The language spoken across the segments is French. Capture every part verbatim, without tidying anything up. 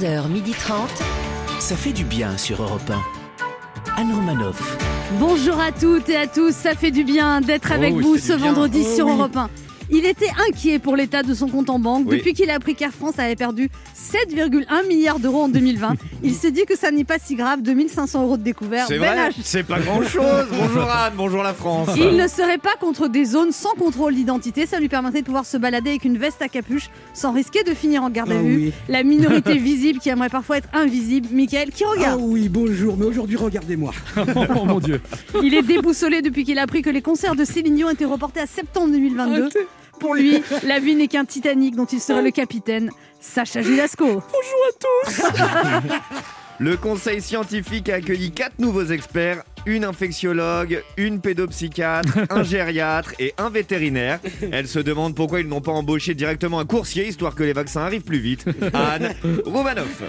onze heures trente, ça fait du bien sur Europe un. Anne Romanoff. Bonjour à toutes et à tous, ça fait du bien d'être avec oh, vous ce vendredi oh, sur oui. Europe un. Il était inquiet pour l'état de son compte en banque Oui. depuis qu'il a appris qu'Air France avait perdu sept virgule un milliards d'euros en deux mille vingt. Il se dit que ça n'est pas si grave, deux mille cinq cents euros de découvert. C'est Bel vrai, âge. c'est pas grand chose. Bonjour Anne, bonjour la France. Il ne serait pas contre des zones sans contrôle d'identité. Ça lui permettrait de pouvoir se balader avec une veste à capuche sans risquer de finir en garde à Ah vue. oui. La minorité visible qui aimerait parfois être invisible. Mickaël, qui Ah regarde. oui, bonjour, mais aujourd'hui, regardez-moi. Oh mon Dieu. Il est déboussolé depuis qu'il a appris que les concerts de Céline Dion étaient reportés à septembre deux mille vingt-deux. Pour lui, la vie n'est qu'un Titanic dont il serait le capitaine. Sacha Judasco. Le conseil scientifique a accueilli quatre nouveaux experts, une infectiologue, une pédopsychiatre, un gériatre et un vétérinaire. Elle se demande pourquoi ils n'ont pas embauché directement un coursier, histoire que les vaccins arrivent plus vite. Anne Romanoff.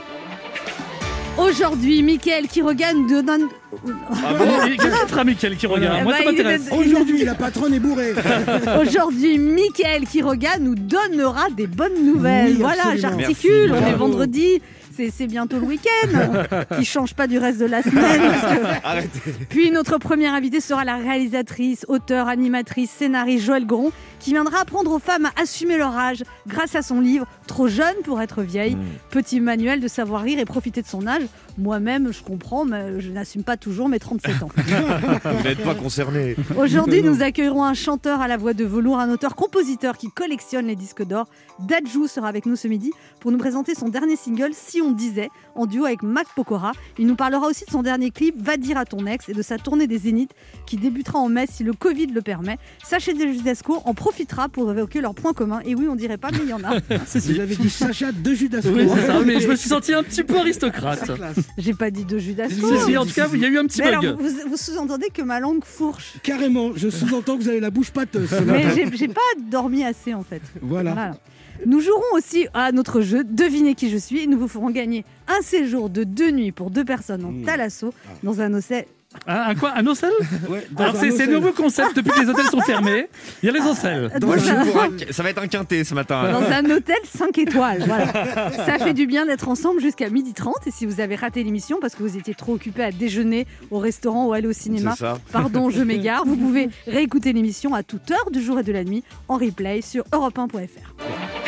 Aujourd'hui, Mickaël Quirogan de donne. Ah bon, Qu'est-ce que fera Mickaël qui regarde Eh Moi, ben, ça il est m'intéresse. de- Aujourd'hui, la patronne est bourrée. Aujourd'hui, Mickaël Quiroga nous donnera des bonnes nouvelles. Oui, voilà, absolument. j'articule, Merci, on est bravo. vendredi. C'est, c'est bientôt le week-end, qui change pas du reste de la semaine. parce que- Arrêtez. Puis notre première invitée sera la réalisatrice, auteure, animatrice, scénariste Joëlle Goron, qui viendra apprendre aux femmes à assumer leur âge grâce à son livre « Trop jeune pour être vieille », petit manuel de savoir rire et profiter de son âge. Moi-même, je comprends, mais je n'assume pas toujours mes trente-sept ans. Vous n'êtes pas concerné. Aujourd'hui, nous accueillerons un chanteur à la voix de velours, un auteur-compositeur qui collectionne les disques d'or. Dadju sera avec nous ce midi pour nous présenter son dernier single « Si on disait » en duo avec Mac Pokora. Il nous parlera aussi de son dernier clip « Va dire à ton ex » et de sa tournée des Zéniths qui débutera en mai si le Covid le permet. Sacha Judasco en profitera pour évoquer leurs points communs. Et oui, on dirait pas, mais il y en a. Vous avez dit Sacha de Judasco. Oui, c'est ça, mais je me suis senti un petit peu aristocrate. Sa classe. J'ai pas dit de Judasco. Si, si, en tout cas, il y a eu un petit Mais alors, bug. vous, vous sous-entendez que ma langue fourche. Carrément, je sous-entends que vous avez la bouche pâteuse. ce Mais matin. j'ai, j'ai pas dormi assez en fait. Voilà. Voilà. Nous jouerons aussi à notre jeu Devinez qui je suis. Nous vous ferons gagner un séjour de deux nuits pour deux personnes en Mmh. Thalasso dans un hôtel. Un, un quoi Un hôtel Ouais, dans Alors, un c'est c'est hôtel. un nouveau concept depuis que les hôtels sont fermés. Il y a les hôtels. Dans Moi, je suis un- pour un- Ça va être un quintet ce matin. Dans un hôtel cinq étoiles. Voilà. Ça fait du bien d'être ensemble jusqu'à midi trente. Et si vous avez raté l'émission parce que vous étiez trop occupé à déjeuner au restaurant ou aller au cinéma, C'est ça. pardon, je m'égare, vous pouvez réécouter l'émission à toute heure du jour et de la nuit en replay sur europe un point f r.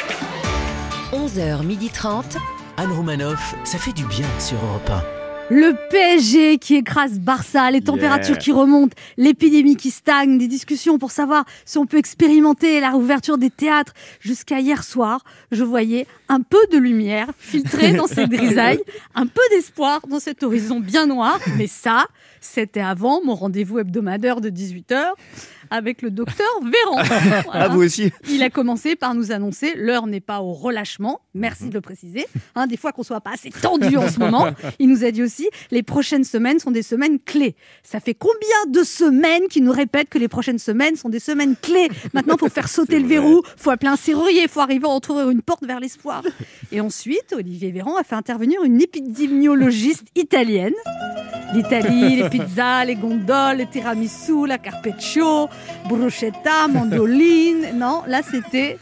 onze heures trente, Anne Romanoff, ça fait du bien sur Europe un. Le P S G qui écrase Barça, les températures Yeah. qui remontent, l'épidémie qui stagne, des discussions pour savoir si on peut expérimenter la réouverture des théâtres. Jusqu'à hier soir, je voyais un peu de lumière filtrée dans cette grisaille, un peu d'espoir dans cet horizon bien noir. Mais ça, c'était avant mon rendez-vous hebdomadaire de dix-huit heures avec le docteur Véran. Ah, Voilà. vous aussi. Il a commencé par nous annoncer l'heure n'est pas au relâchement. Merci de le préciser. Hein, des fois qu'on soit pas assez tendu en ce moment. Il nous a dit aussi les prochaines semaines sont des semaines clés. Ça fait combien de semaines qu'il nous répète que les prochaines semaines sont des semaines clés? Maintenant, il faut faire sauter le verrou, il faut appeler un serrurier, il faut arriver à ouvrir une porte vers l'espoir. Et ensuite, Olivier Véran a fait intervenir une épidémiologiste italienne. L'Italie, les pizzas, les gondoles, les tiramisu, la carpaccio, bruschetta, mandoline. Non, là c'était...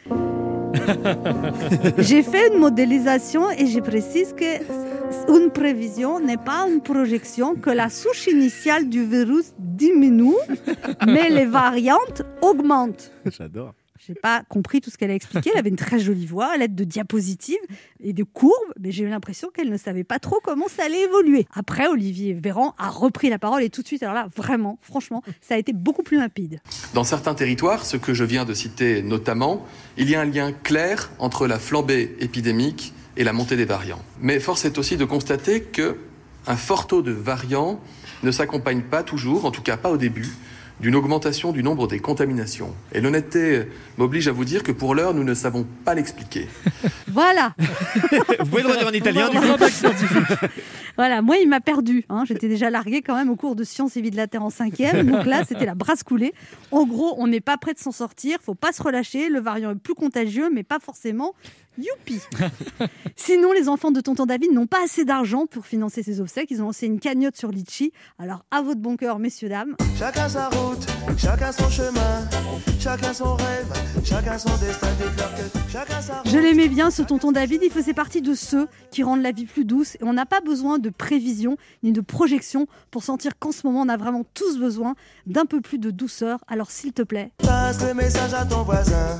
J'ai fait une modélisation et je précise que une prévision n'est pas une projection, que la souche initiale du virus diminue, mais les variantes augmentent. J'adore. J'ai pas compris tout ce qu'elle a expliqué. Elle avait une très jolie voix, à l'aide de diapositives et de courbes, mais j'ai eu l'impression qu'elle ne savait pas trop comment ça allait évoluer. Après, Olivier Véran a repris la parole et tout de suite, alors là, vraiment, franchement, ça a été beaucoup plus limpide. Dans certains territoires, ce que je viens de citer notamment, il y a un lien clair entre la flambée épidémique et la montée des variants. Mais force est aussi de constater que un fort taux de variants ne s'accompagne pas toujours, en tout cas pas au début, d'une augmentation du nombre des contaminations. Et l'honnêteté m'oblige à vous dire que pour l'heure, nous ne savons pas l'expliquer. Voilà. Vous pouvez le redire en italien du coup. Grand bac scientifique. Voilà, moi, il m'a perdu. Hein. J'étais déjà larguée quand même au cours de Sciences et Vie de la Terre en cinquième. Donc là, c'était la brasse coulée. En gros, on n'est pas prêt de s'en sortir. Faut pas se relâcher. Le variant est plus contagieux, mais pas forcément. Youpi. Sinon, les enfants de tonton David n'ont pas assez d'argent pour financer ses obsèques. Ils ont lancé une cagnotte sur Litchi. Alors, à votre bon cœur, messieurs, dames. Chacun sa route. route, chacun son chemin, chacun son rêve, chacun son destin, déclare que chacun sa... Je l'aimais bien, ce tonton David, il faisait partie de ceux qui rendent la vie plus douce et on n'a pas besoin de prévision ni de projection pour sentir qu'en ce moment on a vraiment tous besoin d'un peu plus de douceur. Alors s'il te plaît, Passe le message à ton voisin.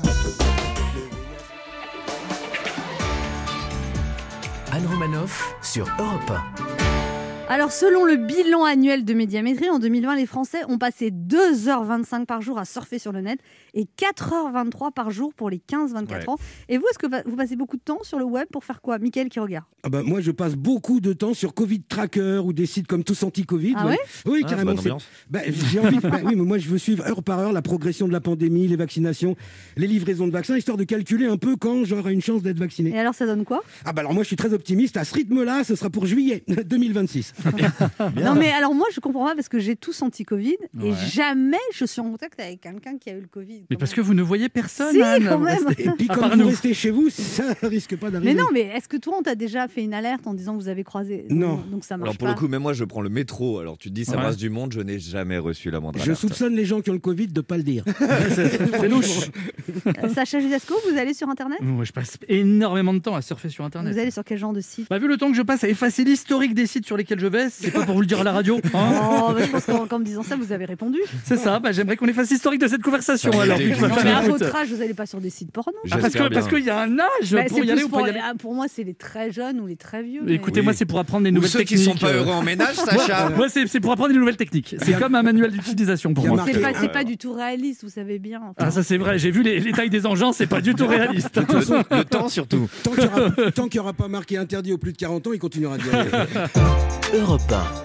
Anne Romanoff sur Europe un. alors selon le bilan annuel de Médiamétrie, en deux mille vingt, les Français ont passé deux heures vingt-cinq par jour à surfer sur le net et quatre heures vingt-trois par jour pour les quinze vingt-quatre Ouais. ans. Et vous, est-ce que vous passez beaucoup de temps sur le web pour faire quoi? Mickaël qui regarde. Ah bah, moi, je passe beaucoup de temps sur Covid Tracker ou des sites comme Tous Anti-Covid. Ah ouais Oui, Ah, carrément. bonne c'est- ambiance. bah, j'ai envie. bah, oui, mais moi, je veux suivre heure par heure la progression de la pandémie, les vaccinations, les livraisons de vaccins, histoire de calculer un peu quand j'aurai une chance d'être vacciné. Et alors ça donne quoi? Ah bah alors moi, je suis très optimiste. À ce rythme-là, ce sera pour juillet deux mille vingt-six. Non mais alors moi je comprends pas parce que j'ai tous anti-Covid et Ouais. jamais je suis en contact avec quelqu'un qui a eu le Covid. Mais parce que vous ne voyez personne, Si, Anne. quand Vous même. restez- Et puis, À comme part vous nous. restez chez vous, ça risque pas d'arriver. Mais non, mais est-ce que toi on t'a déjà fait une alerte en disant que vous avez croisé? Non. Donc ça marche Alors pour pas. le coup, même moi, je prends le métro. Alors tu te dis, ça Ouais. brasse du monde. Je n'ai jamais reçu la moindre Je alerte. soupçonne les gens qui ont le Covid de pas le dire. C'est louche. Euh, Sacha Judasco, vous allez sur internet? Moi, je passe énormément de temps à surfer sur Internet. Vous allez sur quel genre de site? Bah, vu le temps que je passe à effacer l'historique des sites sur lesquels je vais, c'est pas pour vous le dire à la radio. hein. Oh, bah, je pense qu'en qu'en me disant ça, vous avez répondu. C'est ça, bah, j'aimerais qu'on efface l'historique de cette conversation. Ça alors, mérite puisque une ça Mais à m'écoute. votre âge, vous n'allez pas sur des sites porno. Ah, parce J'espère que parce bien. qu'il y a un âge Bah, pour c'est y aller plus ou pour pour, y aller. ah, pour moi, c'est les très jeunes ou les très vieux. Mais Écoutez-moi, Oui. c'est pour apprendre des Ou nouvelles ceux qui techniques. sont pas euh. heureux en ménage, Sacha. Moi, c'est c'est pour apprendre des nouvelles techniques. C'est comme un manuel d'utilisation pour Il y a moi. marqué- C'est pas, c'est Ouais. pas du tout réaliste, vous savez bien. Enfin, Ah, ça c'est vrai, j'ai vu les, les tailles des engins, c'est pas du tout réaliste. Le, le temps surtout. Tant qu'il n'y aura, tant qu'il y aura pas marqué interdit aux plus de quarante ans, il continuera de dire. Europe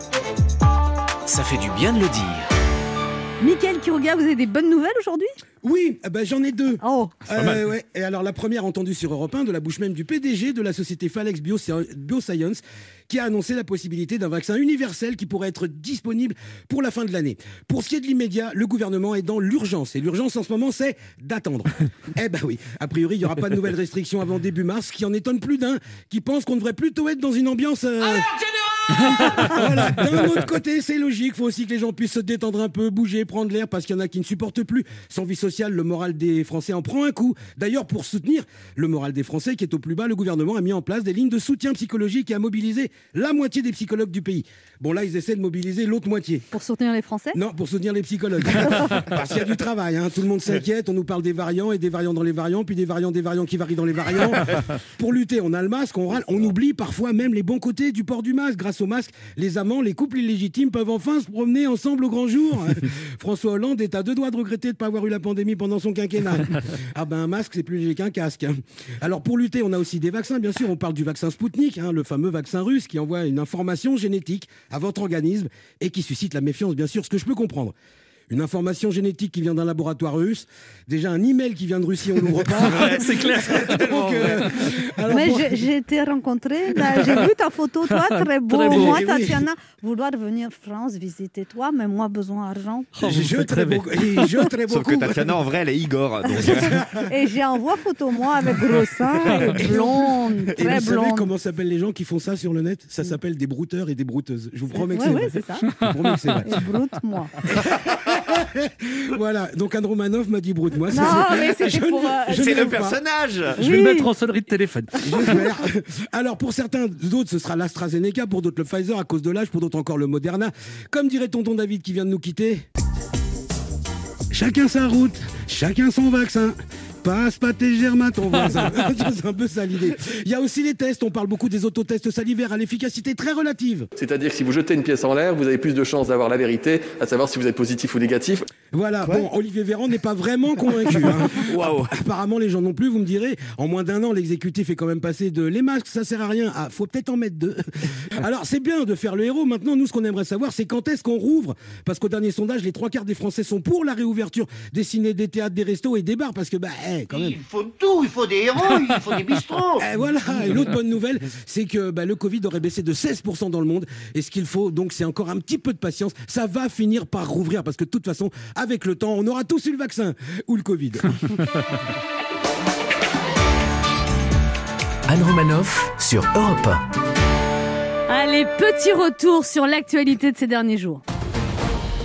un. Ça fait du bien de le dire. Mickaël Quiroga, vous avez des bonnes nouvelles aujourd'hui? Oui, eh ben, j'en ai deux. Oh, Euh, ouais. Et alors la première entendue sur Europe un de la bouche même du P D G de la société Falex Biosci- Bioscience qui a annoncé la possibilité d'un vaccin universel qui pourrait être disponible pour la fin de l'année. Pour ce qui est de l'immédiat, le gouvernement est dans l'urgence et l'urgence en ce moment c'est d'attendre. Eh ben oui, a priori il n'y aura pas de nouvelles restrictions avant début mars, ce qui en étonne plus d'un qui pense qu'on devrait plutôt être dans une ambiance... euh, voilà. D'un autre côté, c'est logique. Faut aussi que les gens puissent se détendre un peu, bouger, prendre l'air, parce qu'il y en a qui ne supportent plus. Sans vie sociale, le moral des Français en prend un coup. D'ailleurs, pour soutenir le moral des Français qui est au plus bas, le gouvernement a mis en place des lignes de soutien psychologique et a mobilisé la moitié des psychologues du pays. Bon, là, ils essaient de mobiliser l'autre moitié. pour soutenir les Français? Non, pour soutenir les psychologues. Parce qu'il y a du travail, hein. Tout le monde s'inquiète, on nous parle des variants et des variants dans les variants, puis des variants des variants qui varient dans les variants. Pour lutter, on a le masque, on râle, on oublie parfois même les bons côtés du port du masque. Grâce au masque, les amants, les couples illégitimes peuvent enfin se promener ensemble au grand jour. François Hollande est à deux doigts de regretter de ne pas avoir eu la pandémie pendant son quinquennat. Ah ben un masque, c'est plus léger qu'un casque. Alors pour lutter, on a aussi des vaccins, bien sûr. On parle du vaccin Spoutnik, hein, le fameux vaccin russe qui envoie une information génétique à votre organisme et qui suscite la méfiance, bien sûr, ce que je peux comprendre. Une information génétique qui vient d'un laboratoire russe, déjà un email qui vient de Russie, on l'ouvre pas. C'est clair. Donc, euh, alors, Mais bon, j'ai- j'ai été rencontrée, là, j'ai vu ta photo, toi, très beau. Très beau. Moi, Oui. Tatiana, vouloir venir en France visiter toi, mais moi, besoin d'argent. Oh, vous je me faites très rêver. beaucoup. et je très Sauf beaucoup. que Tatiana, en vrai, elle est Igor. Donc, euh, Et j'ai envoyé photo, moi, avec gros seins et blonde, Et très vous savez blonde. comment s'appellent les gens qui font ça sur le net? Ça s'appelle des brouteurs et des brouteuses. Je vous promets que Ouais, c'est ouais, vrai. c'est ça. Je vous promets que c'est vrai. Et broute, moi. Voilà, donc Anne Romanoff m'a dit broute. Moi, Non, mais c'était je ne- pour, euh, je ne c'est le l'aime pas. personnage. Je vais Oui. le mettre en sonnerie de téléphone. J'espère. Alors pour certains d'autres, ce sera l'AstraZeneca, pour d'autres le Pfizer à cause de l'âge, pour d'autres encore le Moderna. Comme dirait tonton David qui vient de nous quitter. Chacun sa route, chacun son vaccin. Passe pas tes germains, ton voisin. C'est un peu ça l'idée. Il y a aussi les tests. On parle beaucoup des autotests salivaires à l'efficacité très relative. C'est-à-dire que si vous jetez une pièce en l'air, vous avez plus de chances d'avoir la vérité, à savoir si vous êtes positif ou négatif. Voilà, bon, Olivier Véran n'est pas vraiment convaincu. Hein. Waouh. Apparemment, les gens non plus, vous me direz. En moins d'un an, l'exécutif est quand même passé de les masques, ça sert à rien, à faut peut-être en mettre deux. Alors, c'est bien de faire le héros. Maintenant, nous, ce qu'on aimerait savoir, c'est quand est-ce qu'on rouvre. Parce qu'au dernier sondage, les trois quarts des Français sont pour la réouverture des ciné, des théâtres, des restos et des bars. Parce que, bah, eh, quand même. Il faut tout, il faut des héros, il faut des bistrots. Et voilà, et l'autre bonne nouvelle, c'est que bah, le Covid aurait baissé de seize pour cent dans le monde. Et ce qu'il faut, donc, c'est encore un petit peu de patience. Ça va finir par rouvrir parce que de toute façon, avec le temps, on aura tous eu le vaccin ou le Covid. Anne Romanoff sur Europe un. Allez, petit retour sur l'actualité de ces derniers jours.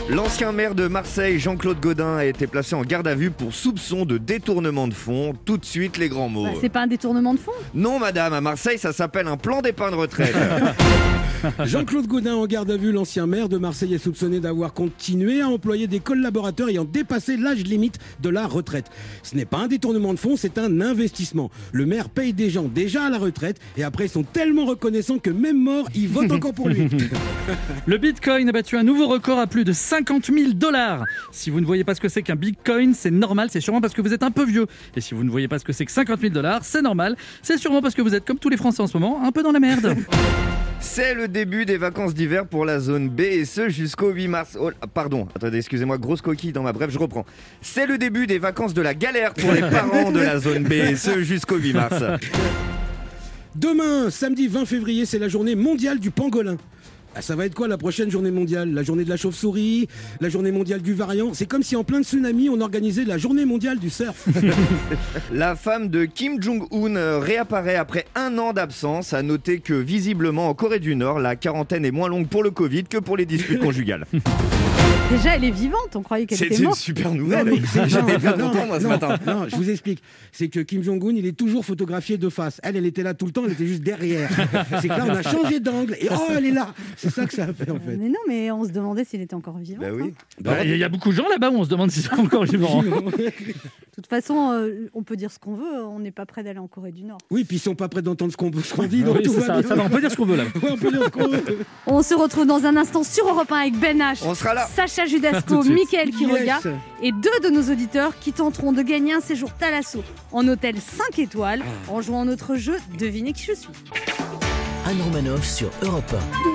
L'ancien maire de Marseille, Jean-Claude Gaudin, a été placé en garde à vue pour soupçon de détournement de fonds. Tout de suite, les grands mots. Bah, c'est pas un détournement de fonds? Non, madame, à Marseille, ça s'appelle un plan d'épargne retraite. Jean-Claude Gaudin en garde à vue, l'ancien maire de Marseille est soupçonné d'avoir continué à employer des collaborateurs ayant dépassé l'âge limite de la retraite. Ce n'est pas un détournement de fonds, c'est un investissement. Le maire paye des gens déjà à la retraite et après ils sont tellement reconnaissants que même mort, ils votent encore pour lui. Le Bitcoin a battu un nouveau record à plus de cinquante mille dollars. Si vous ne voyez pas ce que c'est qu'un Bitcoin, c'est normal, c'est sûrement parce que vous êtes un peu vieux. Et si vous ne voyez pas ce que c'est que cinquante mille dollars, c'est normal, c'est sûrement parce que vous êtes comme tous les Français en ce moment, un peu dans la merde. C'est le début des vacances d'hiver pour la zone B et ce jusqu'au huit mars. Oh, pardon, attendez, excusez-moi, grosse coquille dans ma brève, je reprends. C'est le début des vacances de la galère pour les parents de la zone B et ce jusqu'au huit mars. Demain, samedi vingt février, c'est la journée mondiale du pangolin. Ah, ça va être quoi la prochaine journée mondiale? La journée de la chauve-souris? La journée mondiale du variant? C'est comme si en plein tsunami, on organisait la journée mondiale du surf. La femme de Kim Jong-un réapparaît après un an d'absence. À noter que visiblement en Corée du Nord, la quarantaine est moins longue pour le Covid que pour les disputes conjugales. Déjà, elle est vivante, on croyait qu'elle C'est était c'est une morte. super Non, nouvelle. mais c'est- J'étais non, bien non, content moi ce non, matin. Non, je vous explique. C'est que Kim Jong-un, il est toujours photographié de face. Elle, elle était là tout le temps, elle était juste derrière. C'est que là, on a changé d'angle et oh, elle est là. C'est ça que ça a fait en fait. Mais non, mais on se demandait s'il était encore vivant. Bah oui. Bah, Il y a beaucoup de gens là-bas où on se demande si c'est encore vivant. De toute façon, euh, on peut dire ce qu'on veut, on n'est pas prêt d'aller en Corée du Nord. Oui, puis ils sont pas prêts d'entendre ce qu'on ce qu'on dit, Ah donc oui, tout c'est va ça, bien. ça va, on peut dire ce qu'on veut là. Ouais, on peut dire ce qu'on veut. On se retrouve dans un instant sur Europe un avec Ben H, On sera là. Sacha Tout Judasco, de suite. Mickaël Quiroga Yes. et deux de nos auditeurs qui tenteront de gagner un séjour Thalasso en hôtel cinq étoiles en jouant notre jeu Devinez qui je suis. Anne Romanoff sur Europe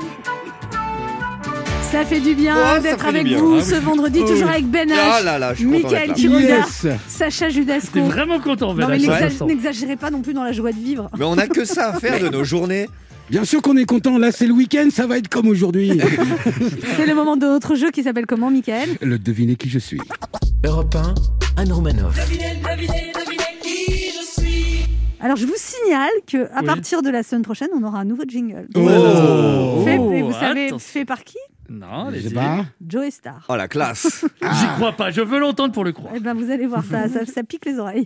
Ça fait du bien Oh, ça d'être fait du avec bien. vous Ah oui. ce vendredi, Oh toujours oui. avec Ben H, Ah là là, je suis content Mickaël d'être là. Quiroga, Yes. Sacha Judasco. T'es vraiment content, Ben Non mais H, ça n'exa- se sent. n'exagérez pas non plus dans la joie de vivre. Mais on a que ça à faire de nos journées. Bien sûr qu'on est content. Là, c'est le week-end, ça va être comme aujourd'hui. C'est le moment de notre jeu qui s'appelle comment, Mickaël? Le devinez qui je suis. Europe un, Anne Romanoff. Alors je vous signale que à Oui. partir de la semaine prochaine, on aura un nouveau jingle. Oh. Fait, Oh, et vous savez, attention. fait par qui? Non, Je sais allez-y. pas. Joe Star. Oh la classe. J'y crois pas, je veux l'entendre pour le croire. Eh ben vous allez voir, ça, ça, ça pique les oreilles.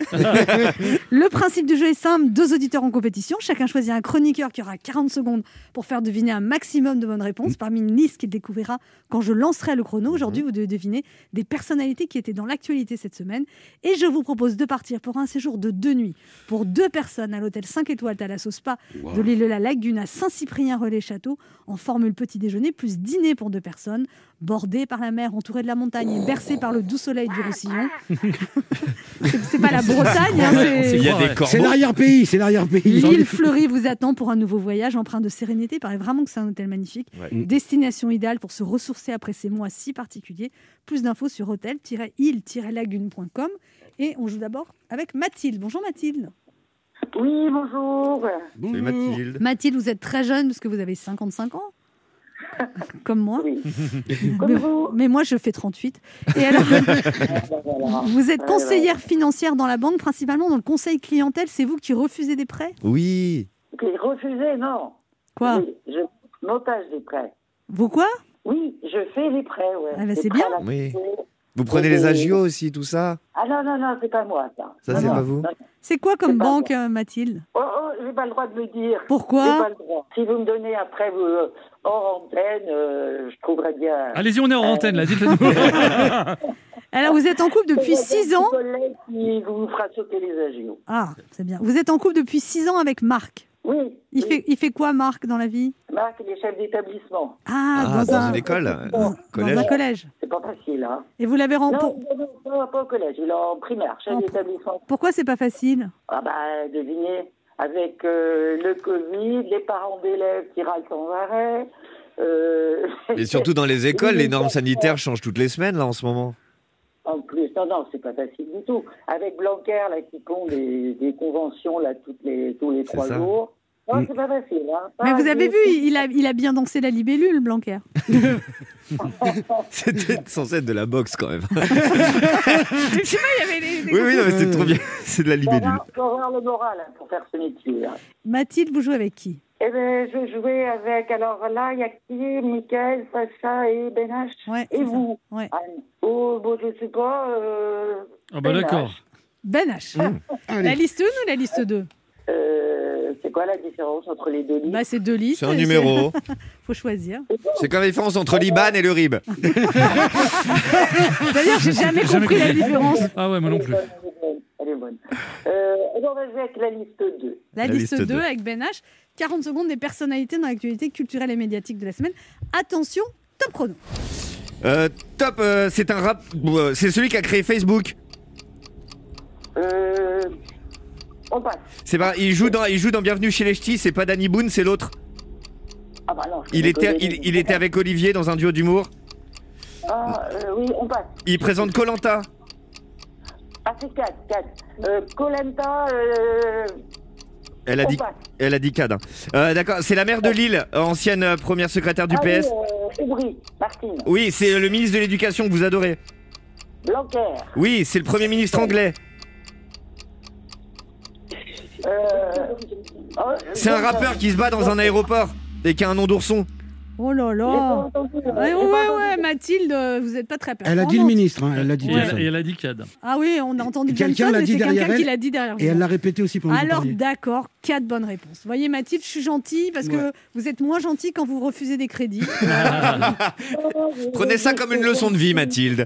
Le principe du jeu est simple, deux auditeurs en compétition, chacun choisit un chroniqueur qui aura quarante secondes pour faire deviner un maximum de bonnes réponses parmi une liste qu'il découvrira quand je lancerai le chrono. Aujourd'hui, vous devez deviner des personnalités qui étaient dans l'actualité cette semaine. Et je vous propose de partir pour un séjour de deux nuits pour deux personnes à l'hôtel cinq étoiles Thalasso Spa de l'île de la Lagune à Saint-Cyprien-Relais-Château en formule petit déjeuner plus dîner pour deux personnes, bordé par la mer, entouré de la montagne et bercé par le doux soleil du Roussillon. c'est, c'est pas la Bretagne, hein, c'est... Il y a des C'est corbeaux. l'arrière-pays, c'est l'arrière-pays. L'île fleurie vous attend pour un nouveau voyage empreint de sérénité. Il paraît vraiment que c'est un hôtel magnifique. Ouais. Destination idéale pour se ressourcer après ces mois si particuliers. Plus d'infos sur hôtel tiret île tiret lagune point com. Et on joue d'abord avec Mathilde. Bonjour Mathilde. Oui, bonjour. Salut Mathilde. Mathilde, vous êtes très jeune parce que vous avez cinquante-cinq ans. Comme moi. Oui. Mais, Comme vous. mais moi, je fais trente-huit. Et alors, Ah, ben voilà. vous êtes Ouais, conseillère financière dans la banque, principalement dans le conseil clientèle. C'est vous qui refusez des prêts? Oui. Puis refuser, non. Quoi? Oui, je montage des prêts. Vous quoi? Oui, je fais les prêts, ouais. Ah, ben, Les c'est prêts bien. à la Oui. cité. Vous prenez les agios aussi, tout ça? Ah non, non, non, c'est pas moi, ça. Ça, Non, c'est non, pas vous? non. C'est quoi comme C'est pas banque, euh, Mathilde? Oh, oh, j'ai pas le droit de le dire. Pourquoi? J'ai pas le droit. Si vous me donnez après vous, euh, hors antenne, euh, je trouverais bien. Allez-y, on est en antenne là, dites-le nous. Alors, vous êtes en couple depuis six ans? Un collègue qui vous fera sauter les agios. Ah, c'est bien. Vous êtes en couple depuis six ans avec Marc. Oui. Il, oui. fait, il fait quoi, Marc, dans la vie? Marc, il est chef d'établissement. Ah, Ah, dans, dans un, une école, un dans collège. un collège. C'est pas facile, hein. Et vous l'avez Non, rencontré. non, non, non, pas au collège, il est en primaire, chef En- d'établissement. Pourquoi c'est pas facile? Ah bah, devinez, avec euh, le Covid, les parents d'élèves qui râlent sans arrêt. Euh... Et surtout dans les écoles, les normes sanitaires changent toutes les semaines là en ce moment. En plus, non, non, c'est pas facile du tout. Avec Blanquer, là, qui compte des, des conventions, là, toutes les, tous les C'est trois ça. jours. Non, Mm. c'est pas facile, hein. Mais Ah, vous avez oui. vu, il a, il a bien dansé la libellule, Blanquer. C'était censé être de la boxe quand même. Je sais pas, il y avait des- des- Oui, oui, non, mais c'est trop bien. C'est de la Faut libellule. avoir, faut avoir le moral hein, pour faire ce métier. hein. Mathilde, vous jouez avec qui? Eh ben, je jouais avec. Alors là, il y a qui? Mickaël, Sacha et Ben H. Ouais, et c'est vous ça. Ouais. Anne. Oh, bon, je sais pas. Euh... Ah bah Ben d'accord. H. Ben H. Allez. La liste un ou la liste deux? Euh, c'est quoi la différence entre les deux listes? Bah, c'est deux listes. C'est un numéro. Faut choisir. C'est comme la différence entre l'I B A N et le R I B. D'ailleurs, j'ai jamais Jamais compris la compris. différence. Ah ouais, moi non plus. Elle est bonne, elle est bonne. Euh, alors, on va jouer avec la liste deux. La, La liste, liste deux deux. avec Ben H. quarante secondes des personnalités dans l'actualité culturelle et médiatique de la semaine. Attention, top chrono. Euh, top, euh, c'est un rap. euh, C'est celui qui a créé Facebook. Euh, on passe. C'est pas. Il joue dans. Il joue dans Bienvenue chez les Ch'tis. C'est pas Danny Boone, c'est l'autre. Ah bah non. je Il connais était. que les- Il, il était avec Olivier dans un duo d'humour. Ah, euh, oui, on passe. Il présente Koh-Lanta. Ah, c'est quatre, quatre. Euh, Koh-Lanta, euh... Elle a on dit. passe. Elle a dit Cad. hein. Euh, D'accord. C'est la maire de Lille, ancienne euh, première secrétaire du Ah P S. oui, euh, Aubry, Martine, Oui, c'est le ministre de l'Éducation que vous adorez. Blanquer, Oui, c'est le Premier ministre anglais. euh... oh, C'est un rappeur qui se bat dans un aéroport et qui a un nom d'ourson. Oh là J'ai pas là. entendu, Ouais, j'ai ouais, pas ouais, entendu. Mathilde, euh, vous n'êtes pas très Elle performante. a dit le ministre, hein, elle l'a dit. Et personne. elle, et elle a dit Cad. Ah oui, on a entendu Quelqu'un Johnson, l'a mais dit c'est derrière quelqu'un qui elle. l'a dit derrière vous. Et elle l'a répété aussi pendant que vous Alors parliez. d'accord, quatre bonnes réponses. Vous voyez Mathilde, je suis gentille parce que Ouais. vous êtes moins gentille quand vous refusez des crédits. Prenez ça comme une leçon de vie, Mathilde.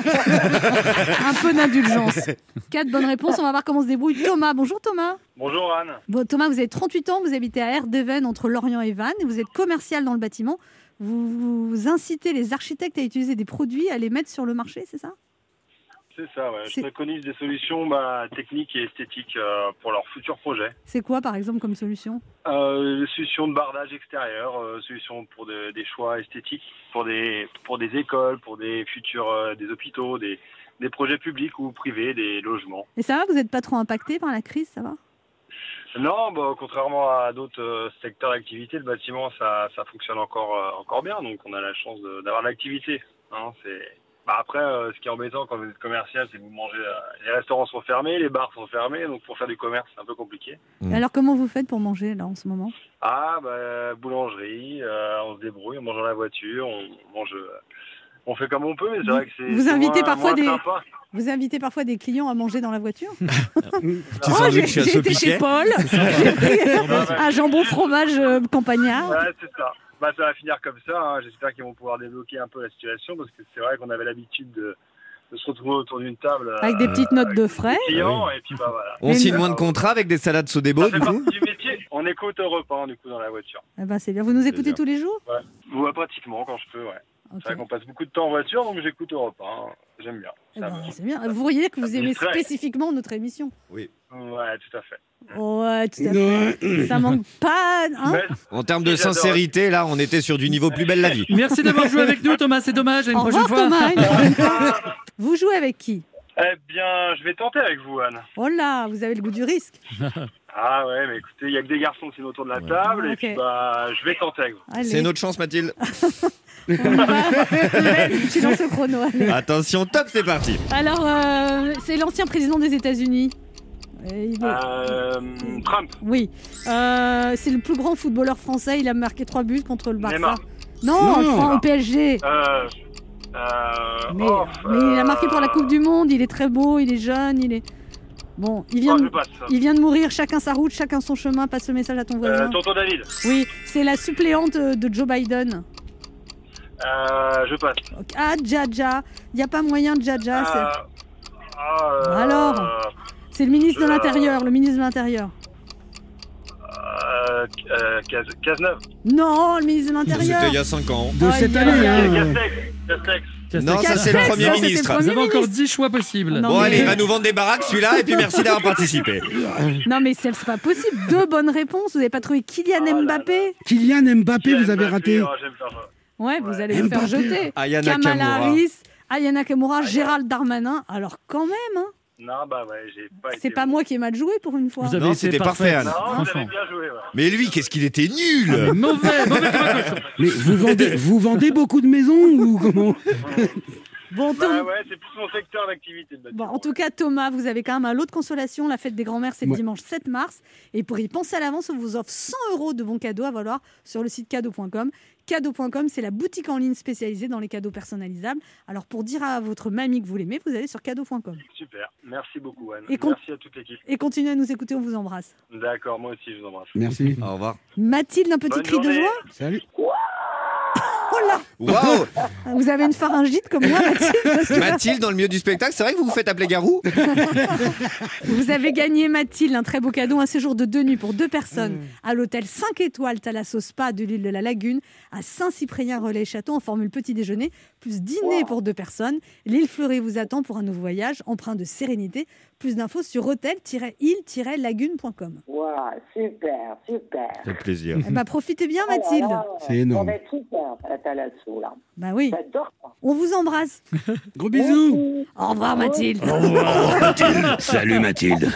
Un peu d'indulgence. Quatre bonnes réponses, on va voir comment se débrouille Thomas. Bonjour Thomas. Bonjour Anne. Bon, Thomas, vous avez trente-huit ans, vous habitez à Erdeven entre Lorient et Vannes, et vous êtes commercial dans le bâtiment. Vous, vous incitez les architectes à utiliser des produits, à les mettre sur le marché, c'est ça? C'est ça, ouais. C'est- Je préconise des solutions bah, techniques et esthétiques euh, pour leurs futurs projets. C'est quoi par exemple comme solution? Euh, des solutions de bardage extérieur, euh, solutions pour de- des choix esthétiques, pour des, pour des écoles, pour des futurs euh, des hôpitaux, des, des projets publics ou privés, des logements. Et ça va, vous n'êtes pas trop impacté par la crise, ça va? Non, bah, contrairement à d'autres euh, secteurs d'activité, le bâtiment, ça, ça fonctionne encore, euh, encore bien. Donc, on a la chance de- d'avoir de l'activité. Hein, c'est... bah, après, euh, ce qui est embêtant quand vous êtes commercial, c'est que vous mangez... euh, les restaurants sont fermés, les bars sont fermés. Donc, pour faire du commerce, c'est un peu compliqué. Mm. Et alors comment vous faites pour manger là en ce moment? Ah, bah, boulangerie, euh, on se débrouille, on mange dans la voiture, on mange... euh, on fait comme on peut, mais c'est vrai que c'est... Vous c'est invitez moins- parfois moins des- sympa. Vous invitez parfois des clients à manger dans la voiture? Petit Oh, j'ai sandwich chez j'ai été Sopiquet. chez Paul, j'ai pris un jambon fromage euh, campagnard. Ouais, c'est ça. Bah, ça va finir comme ça. hein. J'espère qu'ils vont pouvoir débloquer un peu la situation parce que c'est vrai qu'on avait l'habitude de, de se retrouver autour d'une table euh, Avec des petites notes de frais. des clients et puis bah voilà. On signe moins de contrats avec des salades Sodebo, Ça du fait coup. partie du métier. On écoute Europe un du coup dans la voiture. Eh ben, c'est bien. Vous nous écoutez bien. tous les jours? Ouais. Ouais, pratiquement quand je peux. Ouais. Ok. C'est vrai qu'on passe beaucoup de temps en voiture donc j'écoute Europe un. J'aime bien. Eh Ça ben, va. c'est bien. Vous voyez que vous Ça aimez distrait. spécifiquement notre émission. Ouais, tout à fait. Ouais, tout à fait. Non. Ça manque pas. Hein? Mais- En termes de Oui, j'adore. sincérité, là, on était sur du niveau plus belle la vie. Merci d'avoir joué avec nous, Thomas. C'est dommage. À une Au prochaine revoir fois. Thomas. une prochaine fois. Vous jouez avec qui? Eh bien, je vais tenter avec vous, Anne. Oh là, vous avez le goût du risque. Ah ouais, mais écoutez, il y a que des garçons qui sont autour de la table Ah, et ok. puis bah, je vais tenter avec vous. Allez, C'est notre chance, Mathilde. on y va. Je suis dans ce chrono. Allez. Attention, top, c'est parti. Alors, euh, c'est l'ancien président des États-Unis. Euh, il est- Euh, Trump, Oui. Euh, c'est le plus grand footballeur français. Il a marqué trois buts contre le Barça. Neymar. Non, Non. enfin, au P S G. euh, euh, Mais, oh, mais il a marqué pour la euh, Coupe du Monde. Il est très beau. Il est jeune. Il est. Bon, il vient, oh, de, je passe. il vient de mourir. Chacun sa route, chacun son chemin. Passe le message à ton voisin. Euh, Tonton David, Oui, c'est la suppléante euh, de Joe Biden. euh, je passe. Ok. Ah, Jaja. Il n'y a pas moyen de Jaja. c'est- Euh, ah, euh, Alors C'est le ministre de je- l'Intérieur. Le ministre de l'Intérieur. euh, euh, Caz- Cazeneuve. Non, le ministre de l'Intérieur. C'était il y a cinq ans. De Oh, cette il y a- année. hein. Castex, Castex. Non, ça, c'est le Castex, Premier ça, c'était ministre. le Vous Premier avez encore ministre. dix choix possibles. Non, Bon, mais- allez, il va nous vendre des baraques, celui-là, et puis merci d'avoir participé. Non, mais c'est c'est pas possible. Deux bonnes réponses. Vous n'avez pas trouvé Kylian Oh là Mbappé? Kylian Mbappé, Kylian vous avez Mbappé, raté. oh, j'aime faire ça. Ouais, vous Ouais. allez le faire Mbappé. jeter. Ayana Kamala Kamura. Harris, Ayana Kamura, Gérald Darmanin. Alors quand même, hein, Non, bah ouais, j'ai pas été. c'est pas moi qui ai mal joué pour une fois. Vous avez Non, été c'était parfait, parfaite, Anne. Non, vous avez franchement. bien joué, ouais. Mais lui, qu'est-ce qu'il était nul. Mais mauvais, mauvais comme un cochon. Mais vous vendez, vous vendez beaucoup de maisons ou comment? Bon, Bah Tom- ouais, c'est plus mon secteur d'activité. Le Bon, bâtiment. en tout cas, Thomas, vous avez quand même un lot de consolation. La fête des grands-mères, c'est le Ouais. dimanche sept mars. Et pour y penser à l'avance, on vous offre cent euros de bons cadeaux à valoir sur le site cadeau point com. cadeau point com, c'est la boutique en ligne spécialisée dans les cadeaux personnalisables. Alors, pour dire à votre mamie que vous l'aimez, vous allez sur cadeau point com. Super, merci beaucoup Anne. Et con- Merci à toute l'équipe. Et continuez à nous écouter, on vous embrasse. D'accord, moi aussi je vous embrasse. Merci. Au revoir. Mathilde, un petit Bonne cri de journée. joie. Salut. Oh là, Waouh. vous avez une pharyngite comme moi, Mathilde, parce que- Mathilde, dans le milieu du spectacle, c'est vrai que vous vous faites appeler Garou? Vous avez gagné, Mathilde, un très beau cadeau, un séjour de deux nuits pour deux personnes à l'hôtel cinq étoiles Thalasso Spa de l'île de la Lagune à Saint-Cyprien-Relais-Château en formule petit déjeuner, plus dîner pour deux personnes. L'île Fleurie vous attend pour un nouveau voyage empreint de sérénité. Plus d'infos sur hôtel tiret île tiret lagune point com. Waouh, super, super. Ça fait plaisir. Eh ben, profitez bien, Oh là Mathilde. là, C'est énorme. On est super à Thalasso, là. Bah oui, J'adore ça. on vous embrasse. Gros bisous. Au revoir, Mathilde. Salut Mathilde.